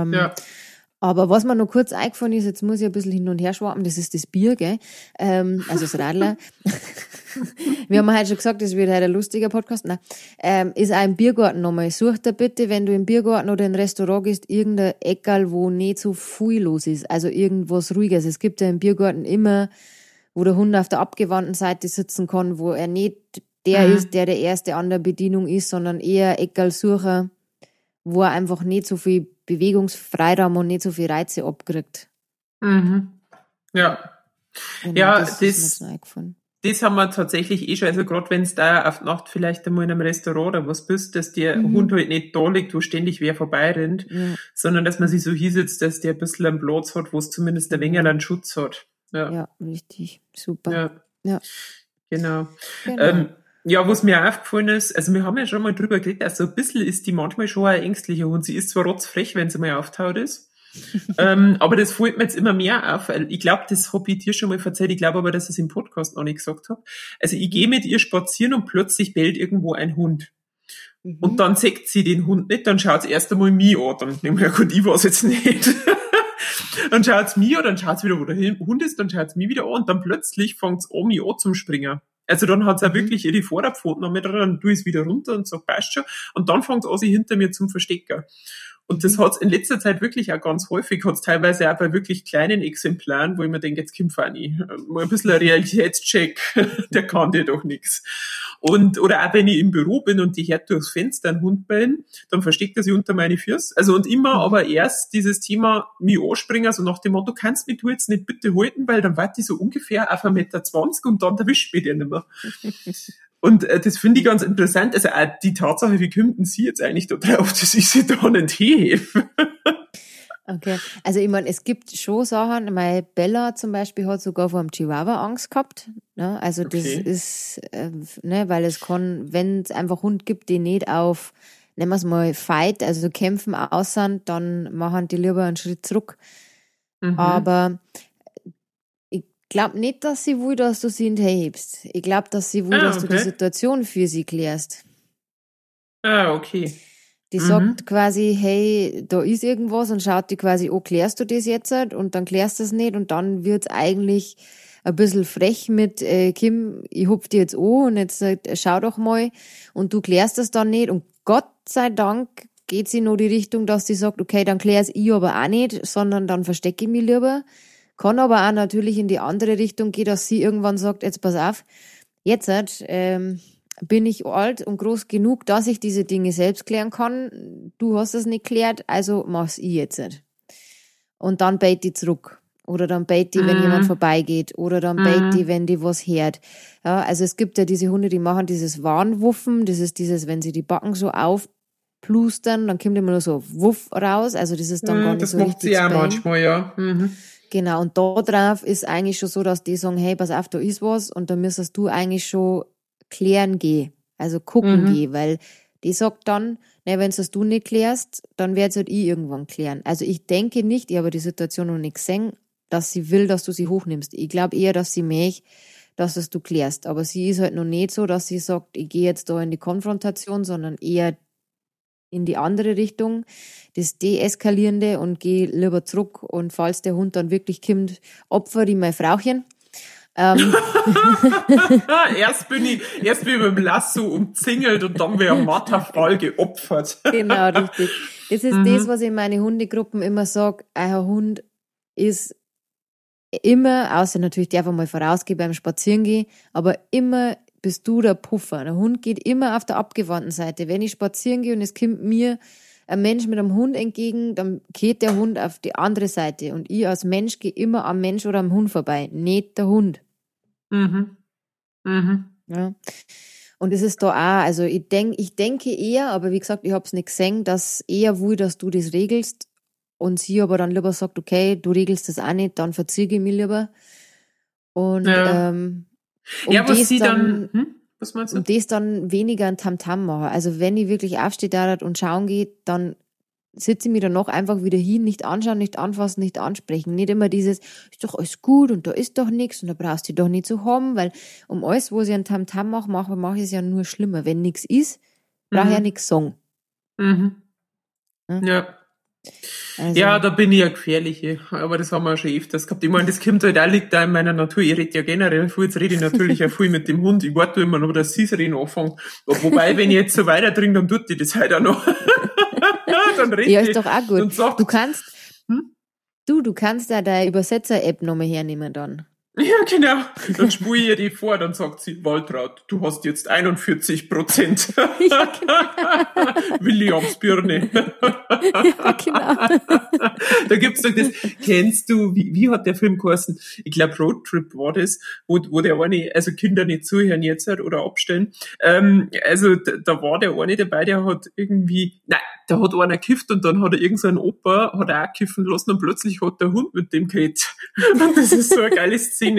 Aber was mir noch kurz eingefallen ist, jetzt muss ich ein bisschen hin und her schwappen, das ist das Bier, gell? Also das Radler. Wir haben heute schon gesagt, das wird heute ein lustiger Podcast. Nein. Ist auch im Biergarten nochmal. Such dir bitte, wenn du im Biergarten oder in ein Restaurant gehst, irgendein Eckerl, wo nicht so viel los ist. Also irgendwas Ruhiges. Es gibt ja im Biergarten immer, wo der Hund auf der abgewandten Seite sitzen kann, wo er nicht der ist, der Erste an der Bedienung ist, sondern eher Eckerl suchen, wo er einfach nicht so viel Bewegungsfreiraum und nicht so viel Reize abkriegt. Ja. Genau, Ja, das haben wir tatsächlich schon, also gerade wenn es da auf Nacht vielleicht einmal in einem Restaurant oder was bist, dass der Hund halt nicht da liegt, wo ständig wer vorbeirennt, sondern dass man sich so hinsetzt, dass der ein bisschen einen Platz hat, wo es zumindest ein wenig einen Schutz hat. Ja, richtig. Super. Ja. Genau. Ja, was mir auch aufgefallen ist, also wir haben ja schon mal drüber geredet, also ein bisschen ist die manchmal schon ein ängstlicher Hund. Sie ist zwar rotzfrech, wenn sie mal auftaut ist, aber das fällt mir jetzt immer mehr auf, weil ich glaube, das habe ich dir schon mal erzählt, ich glaube aber, dass ich es im Podcast noch nicht gesagt habe. Also ich gehe mit ihr spazieren und plötzlich bellt irgendwo ein Hund. Und dann sagt sie den Hund nicht, dann schaut sie erst einmal mich an, dann denke ich, ja gut, ich weiß jetzt nicht. Dann schaut es mich an, dann schaut es wieder, wo der Hund ist, dann schaut es mich wieder an und dann plötzlich fängt es an, mich an zum Springen. Also dann hat es auch wirklich ihre Vorderpfoten noch mit dran, dann tue ich es wieder runter und sag, passt schon. Und dann fängt es an, sich hinter mir zum Verstecken. Und das hat es in letzter Zeit wirklich auch ganz häufig, hat es teilweise auch bei wirklich kleinen Exemplaren, wo ich mir denke, jetzt kommt Fanny, mal ein bisschen ein Realitätscheck, der kann dir doch nichts. Oder auch wenn ich im Büro bin und die hört durchs Fenster einen Hund bellen, dann versteckt er sich unter meine Füße. Also und immer aber erst dieses Thema mich anspringen, so nach dem Motto, kannst mich du jetzt nicht bitte halten, weil dann warte ich so ungefähr auf 1,20 Meter und dann erwischt mich der nicht mehr. Und das finde ich ganz interessant. Also auch die Tatsache, wie kommt denn sie jetzt eigentlich da drauf, dass ich sie da nicht hebe? Okay, also ich meine, es gibt schon Sachen, meine Bella zum Beispiel hat sogar vor dem Chihuahua Angst gehabt. Ne? Also das ist, weil es kann, wenn es einfach Hund gibt, die nicht auf, nennen wir es mal, Fight, also kämpfen aus sind, dann machen die lieber einen Schritt zurück. Aber ich glaube nicht, dass sie will, dass du sie hinterhebst. Ich glaube, dass sie will, dass du die Situation für sie klärst. Okay. Die sagt quasi, hey, da ist irgendwas und schaut die quasi, oh, klärst du das jetzt? Und dann klärst du es nicht und dann wird's eigentlich ein bisschen frech mit, Kim, ich hupf dir jetzt an und jetzt schau doch mal und du klärst das dann nicht und Gott sei Dank geht sie nur die Richtung, dass sie sagt, okay, dann klär's ich aber auch nicht, sondern dann verstecke ich mich lieber. Kann aber auch natürlich in die andere Richtung gehen, dass sie irgendwann sagt, jetzt pass auf, jetzt bin ich alt und groß genug, dass ich diese Dinge selbst klären kann. Du hast es nicht geklärt, also mach's ich jetzt. Und dann beit die zurück. Oder dann beit die, wenn jemand vorbeigeht. Oder dann beit die, wenn die was hört. Ja, also es gibt ja diese Hunde, die machen dieses Warnwuffen. Das ist dieses, wenn sie die Backen so aufplustern, dann kommt immer nur so Wuff raus. Also das ist dann gar nicht das so macht richtig sie auch Spam. manchmal, ja. Genau, und da drauf ist eigentlich schon so, dass die sagen, hey, pass auf, da ist was. Und da müsstest du eigentlich schon klären gehen. Also gucken gehen, weil die sagt dann, wenn es du nicht klärst, dann werde es halt ich irgendwann klären. Also ich denke nicht, ich habe die Situation noch nicht gesehen, dass sie will, dass du sie hochnimmst. Ich glaube eher, dass sie möchte, dass es du klärst. Aber sie ist halt noch nicht so, dass sie sagt, ich gehe jetzt da in die Konfrontation, sondern eher in die andere Richtung, das Deeskalierende, und gehe lieber zurück, und falls der Hund dann wirklich kommt, opfer ich mein Frauchen. Erst bin ich mit dem Lasso umzingelt und dann wäre Martha voll geopfert. Genau, richtig. Das ist das, was ich in meine Hundegruppen immer sage. Euer Hund ist immer, außer natürlich darf er mal vorausgehen beim Spazierengehen, aber immer bist du der Puffer. Der Hund geht immer auf der abgewandten Seite. Wenn ich spazieren gehe und es kommt mir ein Mensch mit einem Hund entgegen, dann geht der Hund auf die andere Seite. Und ich als Mensch gehe immer am Mensch oder am Hund vorbei, nicht der Hund. Ja. Und es ist da auch, also ich denke eher, aber wie gesagt, ich habe es nicht gesehen, dass eher will, dass du das regelst, und sie aber dann lieber sagt, okay, du regelst das auch nicht, dann verziehe ich mich lieber. Und was sie dann was meinst du? Und das dann weniger ein Tamtam machen. Also wenn ich wirklich aufstehe da und schauen gehe, dann sitze ich mir dann noch einfach wieder hin, nicht anschauen, nicht anfassen, nicht ansprechen. Nicht immer dieses, ist doch alles gut und da ist doch nichts und da brauchst du doch nicht zu haben, weil um alles, wo ich ein Tamtam mache ich es ja nur schlimmer. Wenn nichts ist, brauche ich ja nichts sagen. Ja. Also, Ja, da bin ich ja gefährliche, aber das haben wir schon öfters gehabt. Ich meine, das kommt halt auch, liegt da in meiner Natur. Ich rede ja generell viel, jetzt rede ich natürlich auch viel mit dem Hund. Ich warte immer noch, dass sie das Reden anfangen. Wobei, wenn ich jetzt so weiter trinke, dann tut die das halt auch noch. Dann redet ja, ist doch auch gut. und sagt, du kannst da deine Übersetzer-App nochmal hernehmen dann. Ja, genau. Dann spule ich ihr die vor, dann sagt sie, Waltraud, du hast jetzt 41%. Ja, genau. Williamsbirne. Ja, genau. Da gibt's doch das, kennst du, wie hat der Film geheißen? Ich glaube Roadtrip war das, wo der eine, also Kinder nicht zuhören jetzt halt oder abstellen. Also da war der eine dabei, der hat irgendwie, da hat einer gekifft und dann hat er irgend so einen Opa, hat er auch kiffen lassen und plötzlich hat der Hund mit dem geredet. Und das ist so eine geile Szene.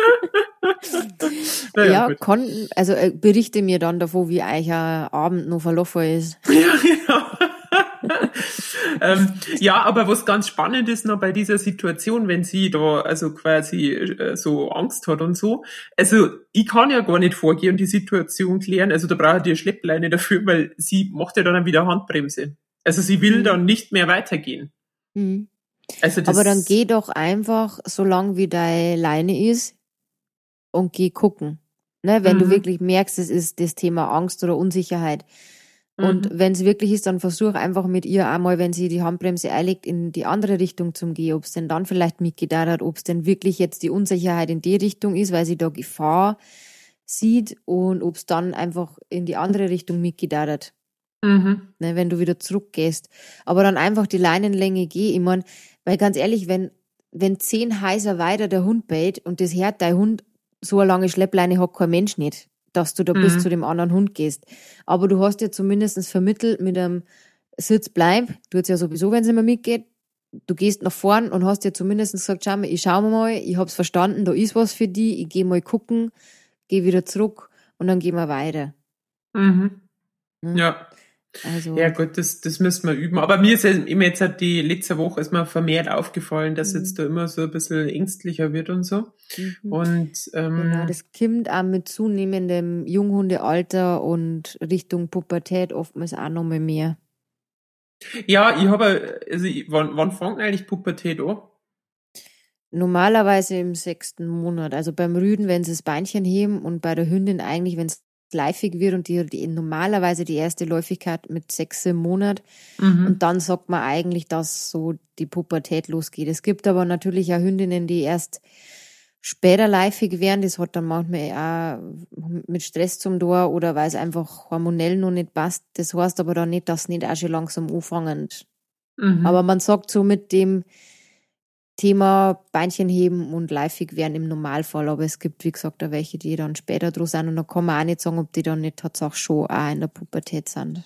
Ja, also berichte mir dann davon, wie euch ein Abend noch verlaufen ist. Ja, genau. Ja, aber was ganz spannend ist noch bei dieser Situation, wenn sie da also quasi so Angst hat und so, also ich kann ja gar nicht vorgehen und die Situation klären, also da brauche ich die Schleppleine dafür, weil sie macht ja dann wieder Handbremse. Also sie will dann nicht mehr weitergehen. Also aber dann geh doch einfach, so lang wie deine Leine ist, und geh gucken. Ne, wenn du wirklich merkst, es ist das Thema Angst oder Unsicherheit. Und wenn es wirklich ist, dann versuch einfach mit ihr einmal, wenn sie die Handbremse einlegt, in die andere Richtung zu gehen, ob es denn dann vielleicht mitgedacht hat, ob es denn wirklich jetzt die Unsicherheit in die Richtung ist, weil sie da Gefahr sieht, und ob es dann einfach in die andere Richtung mitgedacht hat. Ne, wenn du wieder zurückgehst. Aber dann einfach die Leinenlänge geh. Ich mein, weil ganz ehrlich, wenn 10 Häuser weiter der Hund bellt und das hört dein Hund, so eine lange Schleppleine hat kein Mensch nicht, dass du da bis zu dem anderen Hund gehst. Aber du hast ja zumindest vermittelt mit einem Sitz bleib, tut's ja sowieso, wenn es immer mitgeht, du gehst nach vorn und hast ja zumindest gesagt, schau mal, ich hab's verstanden, da ist was für die, ich geh mal gucken, geh wieder zurück und dann gehen wir weiter. Ja. Also, ja gut, das müssen wir üben. Aber mir ist ja immer jetzt halt die letzte Woche ist mir vermehrt aufgefallen, dass jetzt da immer so ein bisschen ängstlicher wird und so. Und genau, das kommt auch mit zunehmendem Junghundealter und Richtung Pubertät oftmals auch noch mal mehr. Ja, ich habe, also wann fängt eigentlich Pubertät an? Normalerweise im 6. Monat. Also beim Rüden, wenn sie das Beinchen heben, und bei der Hündin eigentlich, wenn es läufig wird und die normalerweise die erste Läufigkeit mit 6 Monaten. Und dann sagt man eigentlich, dass so die Pubertät losgeht. Es gibt aber natürlich auch Hündinnen, die erst später läufig werden. Das hat dann manchmal auch mit Stress zum Tor oder weil es einfach hormonell noch nicht passt. Das heißt aber dann nicht, dass es nicht auch schon langsam anfangen. Aber man sagt so mit dem Thema Beinchen heben und läufig werden im Normalfall. Aber es gibt, wie gesagt, auch welche, die dann später dran sind. Und da kann man auch nicht sagen, ob die dann nicht tatsächlich schon auch in der Pubertät sind.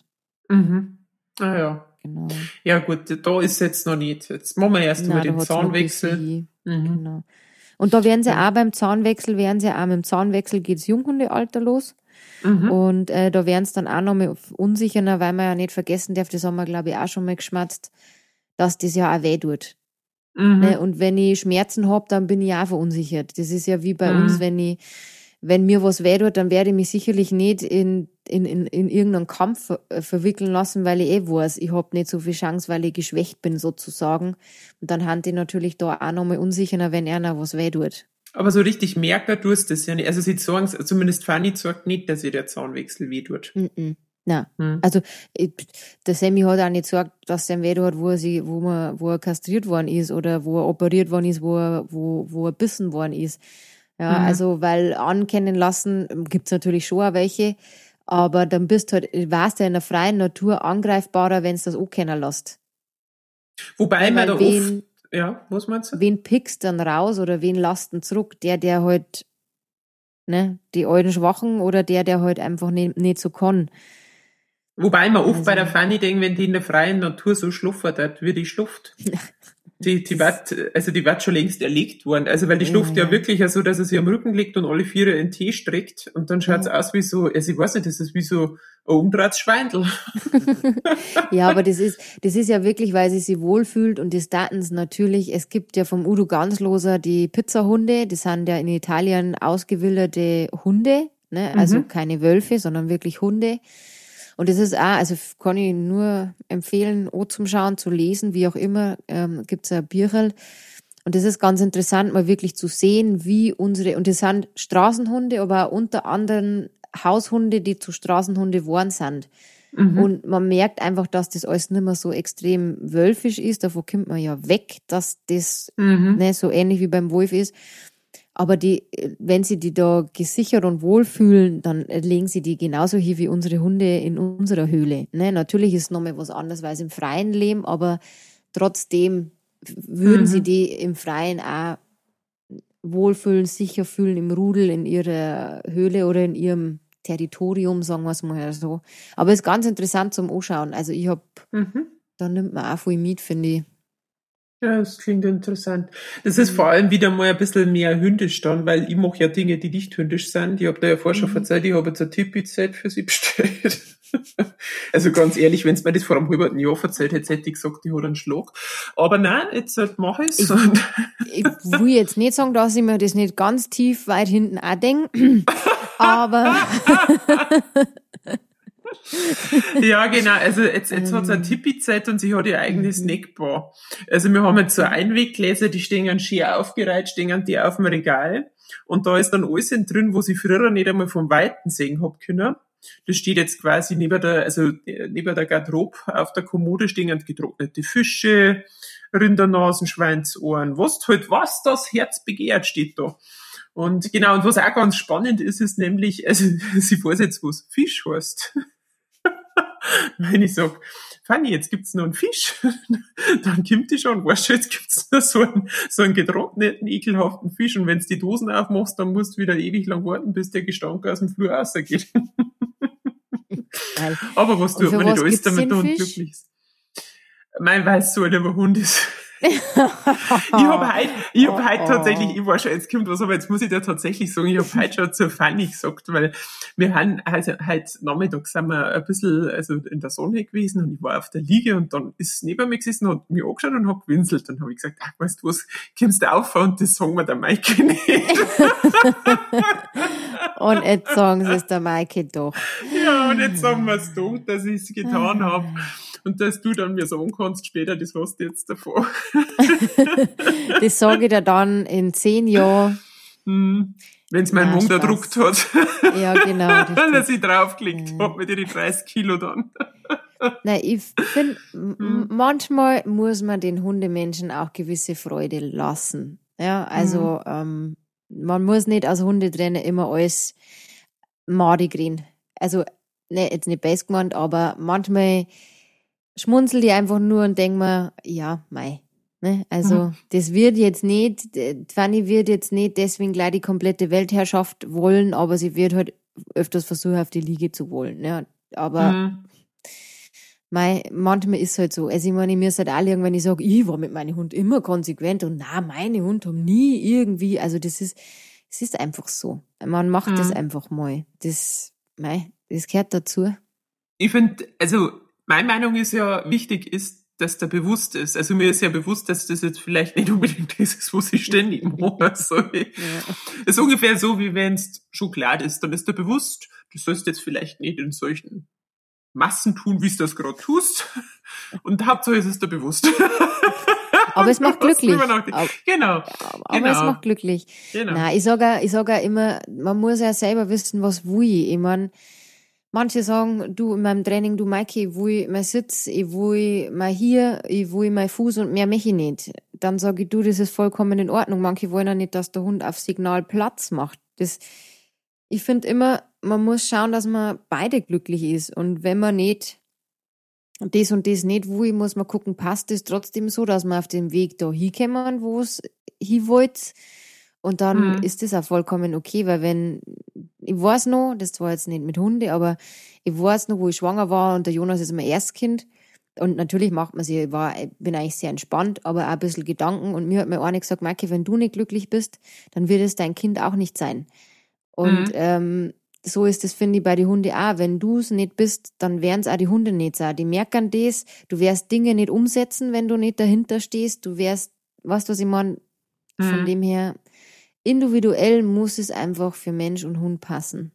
Ah ja. Genau. Ja gut, da ist jetzt noch nicht. Jetzt machen wir erst mal den Zahnwechsel. Genau. Und da werden sie auch mit dem Zahnwechsel geht's Junghundealter los. Und da werden sie dann auch noch mal unsicherer, weil man ja nicht vergessen darf, das haben wir, glaube ich, auch schon mal geschmatzt, dass das ja auch weh tut. Ne? Und wenn ich Schmerzen habe, dann bin ich auch verunsichert. Das ist ja wie bei uns, wenn mir was weh tut, dann werde ich mich sicherlich nicht in irgendeinen Kampf verwickeln lassen, weil ich weiß, ich habe nicht so viel Chance, weil ich geschwächt bin sozusagen. Und dann haben die natürlich da auch nochmal unsicherer, wenn einer was weh tut. Aber so richtig merkbar tust das ja nicht. Also sie sagen, zumindest Fanny sagt nicht, dass ihr der Zahnwechsel weh tut. Nein. Also der Sammy hat auch nicht gesagt, dass er weh tut, wo er kastriert worden ist oder wo er operiert worden ist, wo er bissen worden ist. Ja, also weil ankennen lassen gibt's natürlich schon auch welche, aber dann warst du in der freien Natur angreifbarer, wenn es das auch kennen lässt. Wobei man da oft, ja, was meinst du? Wen pickst dann raus oder wen lasst dann zurück? Der halt, ne, die alten Schwachen oder der halt einfach nicht so kann. Wobei man oft bei der Fanny denkt, wenn die in der freien Natur so schluffert hat, wie die Schluft. Die wird schon längst erlegt worden. Also, weil die Schluft ja wirklich so, dass er sich am Rücken legt und alle Viere in den Tee streckt. Und dann schaut's aus wie so, also ich weiß nicht, das ist wie so ein umdrehtes Schweindel. Ja, aber das ist ja wirklich, weil sie sich wohlfühlt und das taten's natürlich. Es gibt ja vom Udo Gansloser die Pizzahunde. Das sind ja in Italien ausgewilderte Hunde, ne? Also keine Wölfe, sondern wirklich Hunde. Und das ist auch, also kann ich nur empfehlen, auch zum Schauen, zu lesen, wie auch immer, gibt's ein Bücherl. Und das ist ganz interessant, mal wirklich zu sehen, wie und das sind Straßenhunde, aber auch unter anderem Haushunde, die zu Straßenhunde geworden sind. Und man merkt einfach, dass das alles nicht mehr so extrem wölfisch ist. Davon kommt man ja weg, dass das ne, so ähnlich wie beim Wolf ist. Aber wenn sie die da gesichert und wohlfühlen, dann legen sie die genauso hier wie unsere Hunde in unserer Höhle. Ne? Natürlich ist es nochmal was anderes, weil sie im Freien leben, aber trotzdem würden sie die im Freien auch wohlfühlen, sicher fühlen im Rudel, in ihrer Höhle oder in ihrem Territorium, sagen wir es mal so. Aber es ist ganz interessant zum Anschauen. Also da nimmt man auch viel mit, finde ich. Ja, das klingt interessant. Das ist vor allem wieder mal ein bisschen mehr hündisch dann, weil ich mache ja Dinge, die nicht hündisch sind. Ich habe da ja vorher schon erzählt, ich habe jetzt ein Tipi-Set für sie bestellt. Also ganz ehrlich, wenn es mir das vor einem halben Jahr erzählt hätte, hätte ich gesagt, ich habe einen Schlag. Aber nein, jetzt mache ich es. Ich will jetzt nicht sagen, dass ich mir das nicht ganz tief weit hinten auch denke, aber... Ja, genau. Also jetzt hat's eine Tipi-Zeit und sie hat ihr eigenes Snackbar. Also wir haben jetzt so Einweggläser, die stehen schön aufgereiht, stehen die auf dem Regal. Und da ist dann alles drin, wo sie früher nicht einmal vom Weiten sehen hab können. Das steht jetzt quasi neben der Garderobe auf der Kommode stehen getrocknete Fische, Rindernasen, Schweinsohren, was das Herz begehrt, steht da. Und genau, und was auch ganz spannend ist, ist nämlich, also sie weiß jetzt, was Fisch heißt. Wenn ich sag, Fanny, jetzt gibt's noch einen Fisch, dann kommt die schon, weißt du, jetzt gibt's noch so einen getrockneten, ekelhaften Fisch und wenn's die Dosen aufmachst, dann musst du wieder ewig lang warten, bis der Gestank aus dem Flur rausgeht. Aber was tut man nicht alles, damit der Hund glücklich ist? Mein weiß so ein lieber Hund ist. Ich hab heute tatsächlich, ich war schon, jetzt kommt was, aber jetzt muss ich dir tatsächlich sagen, ich hab heute schon zur Fanny gesagt, weil wir haben, also heute Nachmittag sind wir ein bisschen, also in der Sonne gewesen und ich war auf der Liege und dann ist neben mir gesessen und hat mich angeschaut und hat gewinselt. Dann habe ich gesagt, ach, weißt du was, kommst du auf und das sagen wir der Maike nicht. Und jetzt sagen sie es der Maike doch. Ja, und jetzt sagen wir es doch, dass ich es getan habe. Und dass du dann mir sagen kannst, später, das hast du jetzt davor. Das sage ich dir dann in 10 Jahren. Wenn Wenn's mein Mund erdruckt hat. Ja, genau. Dass ich draufgelegt habe mit den 30 Kilo dann. Nein, ich finde, manchmal muss man den Hundemenschen auch gewisse Freude lassen. Ja, also man muss nicht als Hundetrainer immer alles madig reden. Also, ne, jetzt nicht best gemeint, aber manchmal schmunzel ich einfach nur und denk mir, ja, mei. Ne? Also, das wird jetzt nicht, Fanny wird jetzt nicht deswegen gleich die komplette Weltherrschaft wollen, aber sie wird halt öfters versuchen, auf die Liege zu wollen. Ja. Aber manchmal ist es halt so. Also ich meine, mir ist halt alle irgendwann, ich sage, ich war mit meinem Hund immer konsequent und meine Hunde haben nie irgendwie, also es ist einfach so. Man macht das einfach mal. Das gehört dazu. Ich finde, also meine Meinung ist ja, wichtig ist, dass der bewusst ist. Also mir ist ja bewusst, dass das jetzt vielleicht nicht unbedingt das ist, was ich ständig mache. Also, das ist ungefähr so, wie wenn es Schokolade ist. Dann ist der bewusst, du sollst jetzt vielleicht nicht in solchen Massen tun, wie du das gerade tust. Und Hauptsache es ist dir bewusst. Aber es macht glücklich. Genau. Aber es macht glücklich. Genau. Nein, ich sag auch immer, man muss ja selber wissen, was will ich. Ich meine, manche sagen, du, in meinem Training, du Maike, ich will mein Sitz, ich will mein hier, ich will mein Fuß und mehr möchte ich nicht. Dann sage ich, du, das ist vollkommen in Ordnung. Manche wollen ja nicht, dass der Hund auf Signal Platz macht. Ich finde immer, man muss schauen, dass man beide glücklich ist. Und wenn man nicht das und das nicht will, muss man gucken, passt es trotzdem so, dass man auf dem Weg da hinkommen, wo es hin wollt. Und dann ist das auch vollkommen okay, weil ich weiß noch, das war jetzt nicht mit Hunde, aber ich weiß noch, wo ich schwanger war und der Jonas ist mein Erstkind. Und natürlich macht man sich, ich bin eigentlich sehr entspannt, aber auch ein bisschen Gedanken. Und mir hat mir eine gesagt, Maike, wenn du nicht glücklich bist, dann wird es dein Kind auch nicht sein. Und so ist es, finde ich, bei den Hunden auch. Wenn du es nicht bist, dann werden es auch die Hunde nicht sein. Die merken das, du wirst Dinge nicht umsetzen, wenn du nicht dahinter stehst. Du wirst, weißt du, was ich meine? Von dem her, individuell muss es einfach für Mensch und Hund passen.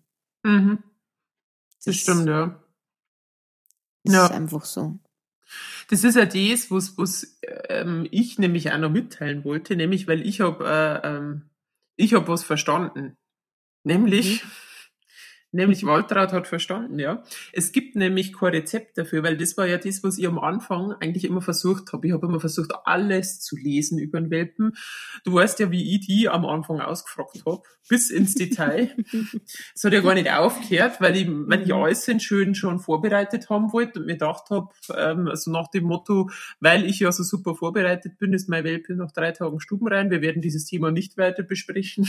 Das stimmt, ja. Das ist einfach so. Das ist ja das, was ich nämlich auch noch mitteilen wollte, nämlich, weil ich hab was verstanden. Nämlich Waltraud hat verstanden, ja. Es gibt nämlich kein Rezept dafür, weil das war ja das, was ich am Anfang eigentlich immer versucht habe. Ich habe immer versucht, alles zu lesen über den Welpen. Du weißt ja, wie ich die am Anfang ausgefragt habe, bis ins Detail. Das hat ja gar nicht aufgehört, weil ich alles schön schon vorbereitet haben wollte und mir gedacht habe, also nach dem Motto, weil ich ja so super vorbereitet bin, ist mein Welpe nach 3 Tagen stubenrein. Wir werden dieses Thema nicht weiter besprechen.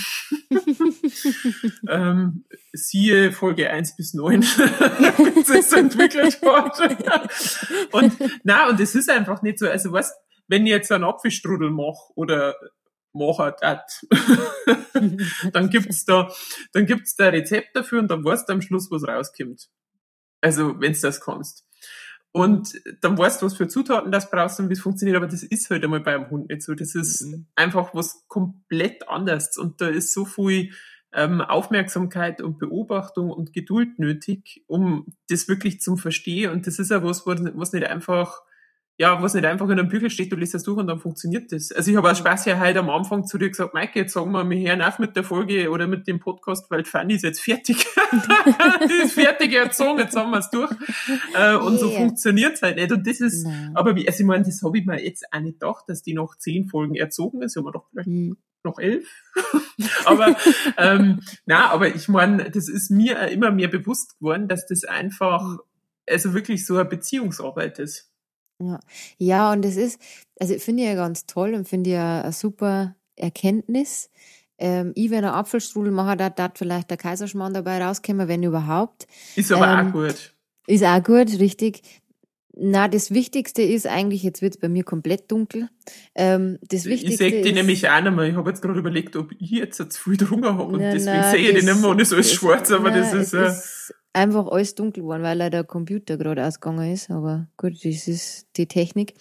Siehe Folge 1 bis 9, das ist entwickelt worden. Und es ist einfach nicht so, also weißt, wenn ich jetzt einen Apfelstrudel mache oder mache das, dann gibt's da ein Rezept dafür und dann weißt du am Schluss, was rauskommt. Also, wenn's das kannst. Und dann weißt du, was für Zutaten das brauchst und wie es funktioniert, aber das ist halt einmal beim Hund nicht so. Das ist einfach was komplett anderes und da ist so viel Aufmerksamkeit und Beobachtung und Geduld nötig, um das wirklich zu verstehen. Und das ist ja was nicht einfach in einem Bügel steht, du liest das durch und dann funktioniert das. Also ich habe auch Spaß ja heute am Anfang zu dir gesagt, Maike, jetzt sagen wir hören auf mit der Folge oder mit dem Podcast, weil die Fanny ist jetzt fertig. Die ist fertig erzogen, jetzt haben wir es durch. Und so funktioniert's halt nicht. Und das ist, aber ich meine, das habe ich mir jetzt auch nicht gedacht, dass die nach 10 Folgen erzogen ist. Haben wir doch vielleicht noch 11. Aber aber ich meine, das ist mir immer mehr bewusst geworden, dass das einfach also wirklich so eine Beziehungsarbeit ist. Ja, und das ist, also finde ich ja ganz toll und finde ja eine super Erkenntnis. Ich, wenn ein Apfelstrudel mache, da vielleicht der Kaiserschmarrn dabei rauskommen, wenn überhaupt. Ist aber auch gut. Ist auch gut, richtig. Na, das Wichtigste ist eigentlich, jetzt wird's bei mir komplett dunkel. Das Wichtigste ich sehe die nämlich auch nicht mehr. Ich habe jetzt gerade überlegt, ob ich jetzt zu viel drungen habe und deswegen sehe ich die nicht mehr und ist alles schwarz, aber das ist einfach alles dunkel geworden, weil der Computer gerade ausgegangen ist. Aber gut, das ist die Technik.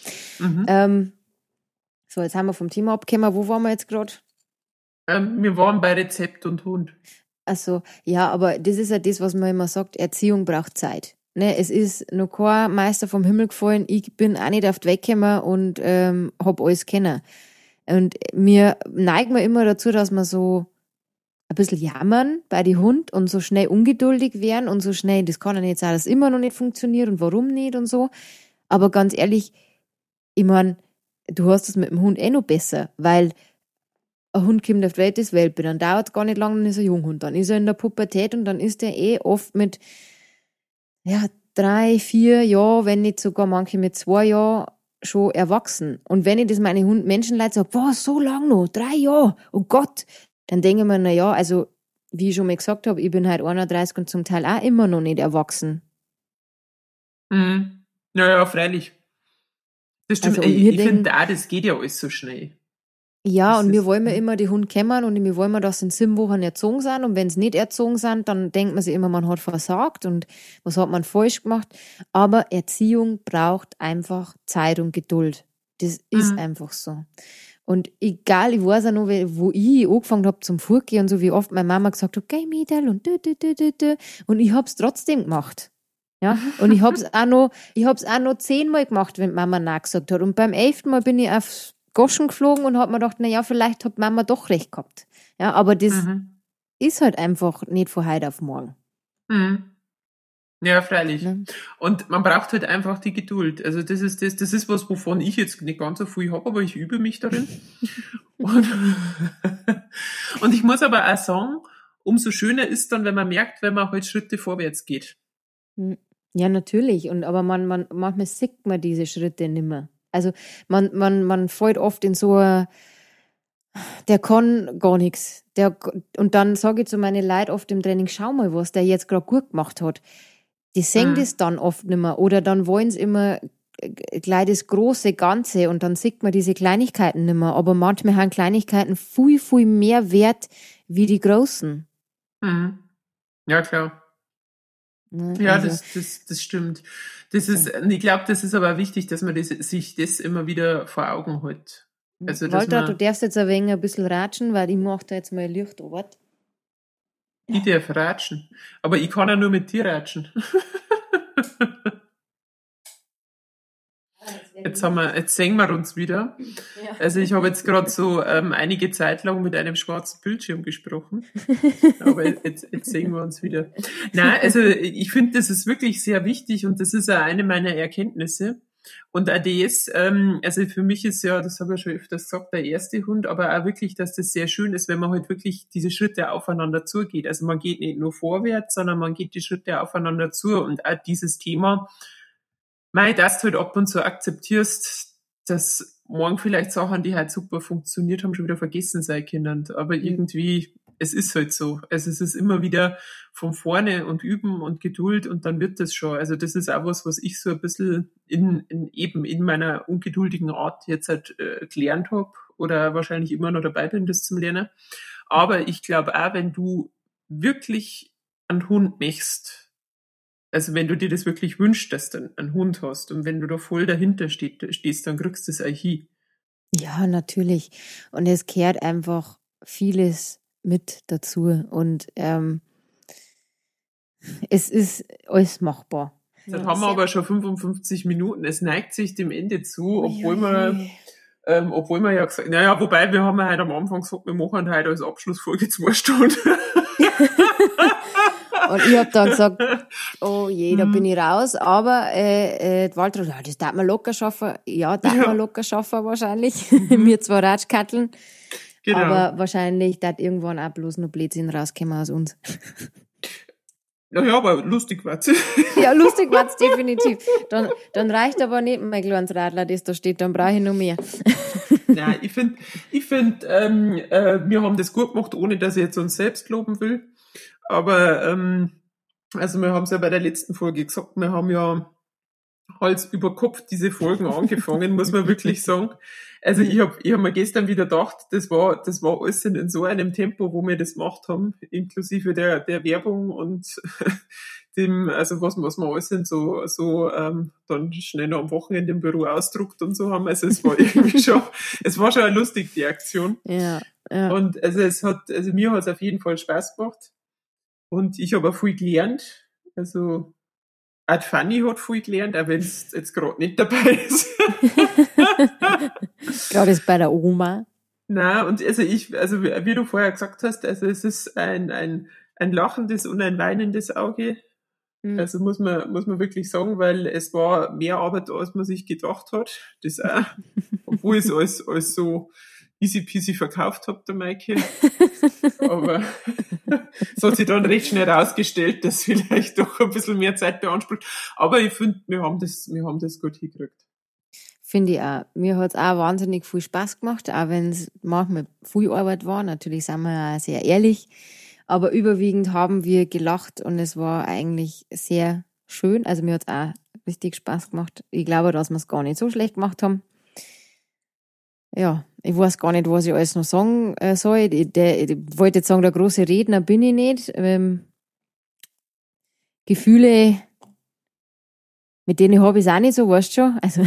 So, jetzt haben wir vom Thema abgekommen. Wo waren wir jetzt gerade? Wir waren bei Rezept und Hund. Also, ja, aber das ist ja das, was man immer sagt, Erziehung braucht Zeit. Ne, es ist noch kein Meister vom Himmel gefallen. Ich bin auch nicht auf die Welt gekommen und hab alles kennen. Und mir neigen wir immer dazu, dass wir so ein bisschen jammern bei die Hund und so schnell ungeduldig werden und so schnell, das kann ja nicht sein, dass es immer noch nicht funktioniert und warum nicht und so. Aber ganz ehrlich, ich mein, du hast es mit dem Hund noch besser, weil ein Hund kommt auf die Welt, ist Welpe, dann dauert es gar nicht lange, dann ist er Junghund, dann ist er in der Pubertät und dann ist er oft mit 3, 4 Jahren, wenn nicht sogar manche mit 2 Jahren schon erwachsen. Und wenn ich das meine Menschenleute sage, was, so lang noch, 3 Jahre, oh Gott, dann denke ich mir, naja, also, wie ich schon mal gesagt habe, ich bin halt 31 und zum Teil auch immer noch nicht erwachsen. Mhm. Ja, freilich. Das stimmt, Also, ich finde auch, das geht ja alles so schnell. Ja, das und wir wollen ja immer die Hunde kennen und wir wollen, dass sie in 7 Wochen erzogen sind. Und wenn sie nicht erzogen sind, dann denkt man sich immer, man hat versagt und was hat man falsch gemacht. Aber Erziehung braucht einfach Zeit und Geduld. Das ist einfach so. Und egal, ich weiß auch noch, wo ich angefangen habe zum Fortgehen und so, wie oft meine Mama gesagt hat, geh Mädel und und ich hab's trotzdem gemacht. Ja, und ich hab's auch noch 10-mal gemacht, wenn Mama Nein gesagt hat. Und beim 11. Mal bin ich aufs Goschen geflogen und hab mir gedacht, naja, vielleicht hat Mama doch recht gehabt. Ja, aber das ist halt einfach nicht von heute auf morgen. Ja, freilich. Ja. Und man braucht halt einfach die Geduld. Also das ist was, wovon ich jetzt nicht ganz so viel habe, aber ich übe mich darin. und ich muss aber auch sagen, umso schöner ist dann, wenn man merkt, wenn man halt Schritte vorwärts geht. Ja, natürlich. Aber manchmal sieht man diese Schritte nicht mehr. Also man fällt oft in so ein, der kann gar nichts. Und dann sage ich zu meinen Leuten oft im Training, schau mal, was der jetzt gerade gut gemacht hat. Die sehen das dann oft nicht mehr. Oder dann wollen sie immer gleich das große Ganze und dann sieht man diese Kleinigkeiten nicht mehr. Aber manchmal haben Kleinigkeiten viel, viel mehr Wert wie die großen. Ja, klar. Ja, also, das stimmt. Ich glaube, das ist aber wichtig, dass man sich das immer wieder vor Augen hält. Also, Walter, du darfst jetzt ein bisschen ratschen, weil ich mache da jetzt mal Licht runter. Ich darf ratschen. Aber ich kann ja nur mit dir ratschen. Jetzt sehen wir uns wieder. Ja. Also ich habe jetzt gerade so einige Zeit lang mit einem schwarzen Bildschirm gesprochen. Aber jetzt sehen wir uns wieder. Nein, also ich finde, das ist wirklich sehr wichtig und das ist auch eine meiner Erkenntnisse. Und auch das, also für mich ist ja, das habe ich schon öfters gesagt, der erste Hund, aber auch wirklich, dass das sehr schön ist, wenn man halt wirklich diese Schritte aufeinander zugeht. Also man geht nicht nur vorwärts, sondern man geht die Schritte aufeinander zu und auch dieses Thema, dass du halt ab und zu akzeptierst, dass morgen vielleicht Sachen, die halt super funktioniert haben, schon wieder vergessen sein können. Aber irgendwie, es ist halt so. Also es ist immer wieder von vorne und üben und Geduld und dann wird das schon. Also das ist auch was ich so ein bisschen in meiner ungeduldigen Art jetzt halt gelernt habe oder wahrscheinlich immer noch dabei bin, das zu lernen. Aber ich glaube auch, wenn du wirklich einen Hund möchtest, also wenn du dir das wirklich wünschst, dass du einen Hund hast und wenn du da voll dahinter stehst, dann kriegst du das auch hin. Ja, natürlich. Und es gehört einfach vieles mit dazu. Und es ist alles machbar. Dann haben wir aber schon 55 Minuten. Es neigt sich dem Ende zu, obwohl wir ja gesagt, naja, wobei wir haben ja heute am Anfang gesagt, wir machen heute als Abschlussfolge 2 Stunden. Und ich habe dann gesagt, oh je, da bin ich raus. Aber Walter, das darf man locker schaffen. Ja, darf man locker schaffen wahrscheinlich. Wir zwar Ratschkatteln. Genau. Aber wahrscheinlich darf irgendwann auch bloß noch Blödsinn rauskommen aus uns. Ja, aber lustig war's. Ja, lustig war's definitiv. Dann reicht aber nicht mein kleines Radler, das da steht, dann brauche ich noch mehr. Nein, ich finde, wir haben das gut gemacht, ohne dass ich jetzt uns selbst loben will. Aber also wir haben es ja bei der letzten Folge gesagt, wir haben ja Hals über Kopf diese Folgen angefangen, muss man wirklich sagen. Also ich hab mir gestern wieder gedacht, das war alles in so einem Tempo, wo wir das gemacht haben, inklusive der Werbung und dem, also was man alles in so dann schnell noch am Wochenende im Büro ausdruckt und so haben. Also es war irgendwie es war schon lustig, die Aktion. Ja. Und also mir hat es auf jeden Fall Spaß gemacht. Und ich habe auch viel gelernt. Also, auch Fanny hat viel gelernt, auch wenn es jetzt gerade nicht dabei ist. Gerade ist bei der Oma. Na, und also wie du vorher gesagt hast, also es ist ein lachendes und ein weinendes Auge. Also muss man wirklich sagen, weil es war mehr Arbeit, als man sich gedacht hat. Das auch, obwohl ich es als so easy peasy verkauft habe, der Maike. Aber es hat sich dann recht schnell herausgestellt, dass vielleicht doch ein bisschen mehr Zeit beansprucht. Aber ich finde, wir haben das gut hingekriegt. Finde ich auch. Mir hat es auch wahnsinnig viel Spaß gemacht, auch wenn es manchmal viel Arbeit war. Natürlich sind wir auch sehr ehrlich. Aber überwiegend haben wir gelacht und es war eigentlich sehr schön. Also mir hat es auch richtig Spaß gemacht. Ich glaube, dass wir es gar nicht so schlecht gemacht haben. Ja, ich weiß gar nicht, was ich alles noch sagen soll. Ich wollte jetzt sagen, der große Redner bin ich nicht. Gefühle, mit denen habe ich es auch nicht so, weißt du schon. Also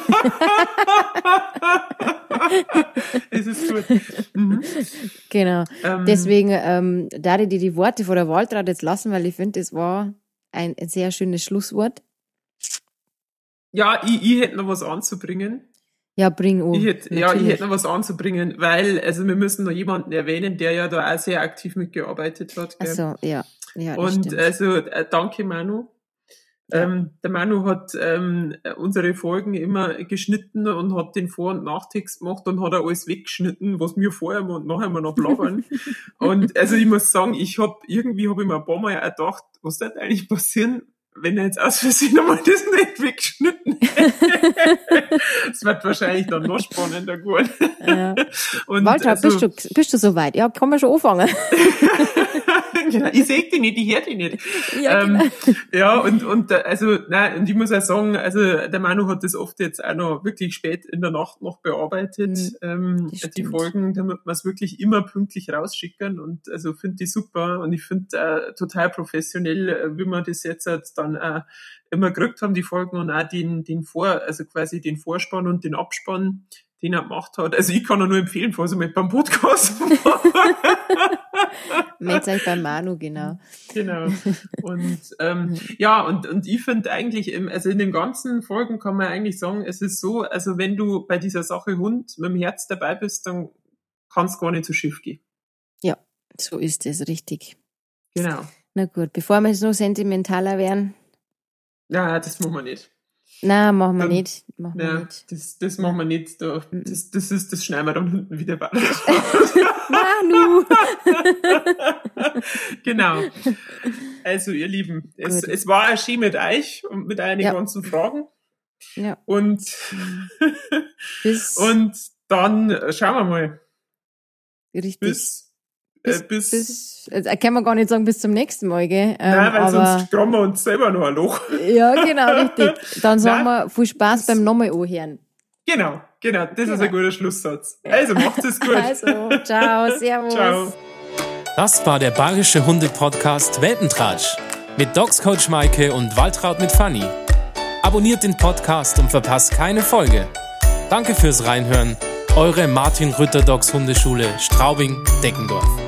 Es ist gut. Mhm. Genau. Deswegen darf ich dir die Worte von der Waltraud jetzt lassen, weil ich finde, das war ein sehr schönes Schlusswort. Ja, ich hätte noch was anzubringen. Ja, bring um. Ich hätte noch was anzubringen, weil, also wir müssen noch jemanden erwähnen, der ja da auch sehr aktiv mitgearbeitet hat. Gell? Ach so, ja. Und stimmt. also danke Manu. Ja. Der Manu hat unsere Folgen immer geschnitten und hat den Vor- und Nachtext gemacht und hat er alles weggeschnitten, was wir vorher und nachher noch blabbern. Und also ich muss sagen, ich mir ein paar Mal auch gedacht, was wird eigentlich passieren, wenn er jetzt aus Versehen einmal das nicht weggeschnitten hätte. Das wird wahrscheinlich dann noch spannender geworden. Ja. Walter, also, bist du soweit? Ja, kann man schon anfangen. Genau, ich sehe die nicht, ich höre die nicht. Ja, genau. Ja, und ich muss auch sagen, also der Manu hat das oft jetzt auch noch wirklich spät in der Nacht noch bearbeitet, die Folgen, damit wir es wirklich immer pünktlich rausschicken und also finde ich super und ich finde total professionell, wie wir das jetzt dann immer gekriegt haben, die Folgen und auch quasi den Vorspann und den Abspann, den er gemacht hat. Also ich kann ihn nur empfehlen, falls er mit beim Podcast war. Meldet euch beim Manu, genau. Genau. Und und ich finde eigentlich, also in den ganzen Folgen kann man eigentlich sagen, es ist so, also wenn du bei dieser Sache Hund mit dem Herz dabei bist, dann kann es gar nicht so schief gehen. Ja, so ist es, richtig. Genau. Na gut, bevor wir jetzt noch sentimentaler werden. Ja, das machen wir nicht. Nein, machen wir nicht. Das machen wir nicht. Das schneiden wir dann hinten wieder bei. Manu! Genau. Also, ihr Lieben, es war ein Ski mit euch und mit euren ganzen Fragen. Ja. Und dann schauen wir mal. Richtig. Bis kann man gar nicht sagen, bis zum nächsten Mal, gell? Nein, weil sonst graben wir uns selber noch ein Loch. Ja, genau, richtig. Dann sagen wir viel Spaß beim nochmal anhören. Genau. Das ist ein guter Schlusssatz. Also, macht es gut. Also, ciao, servus. Ciao. Das war der Bayerische Hunde-Podcast Welpentratsch mit Dogscoach Maike und Waltraud mit Fanny. Abonniert den Podcast und verpasst keine Folge. Danke fürs Reinhören. Eure Martin Rütter Dogs Hundeschule Straubing-Deckendorf.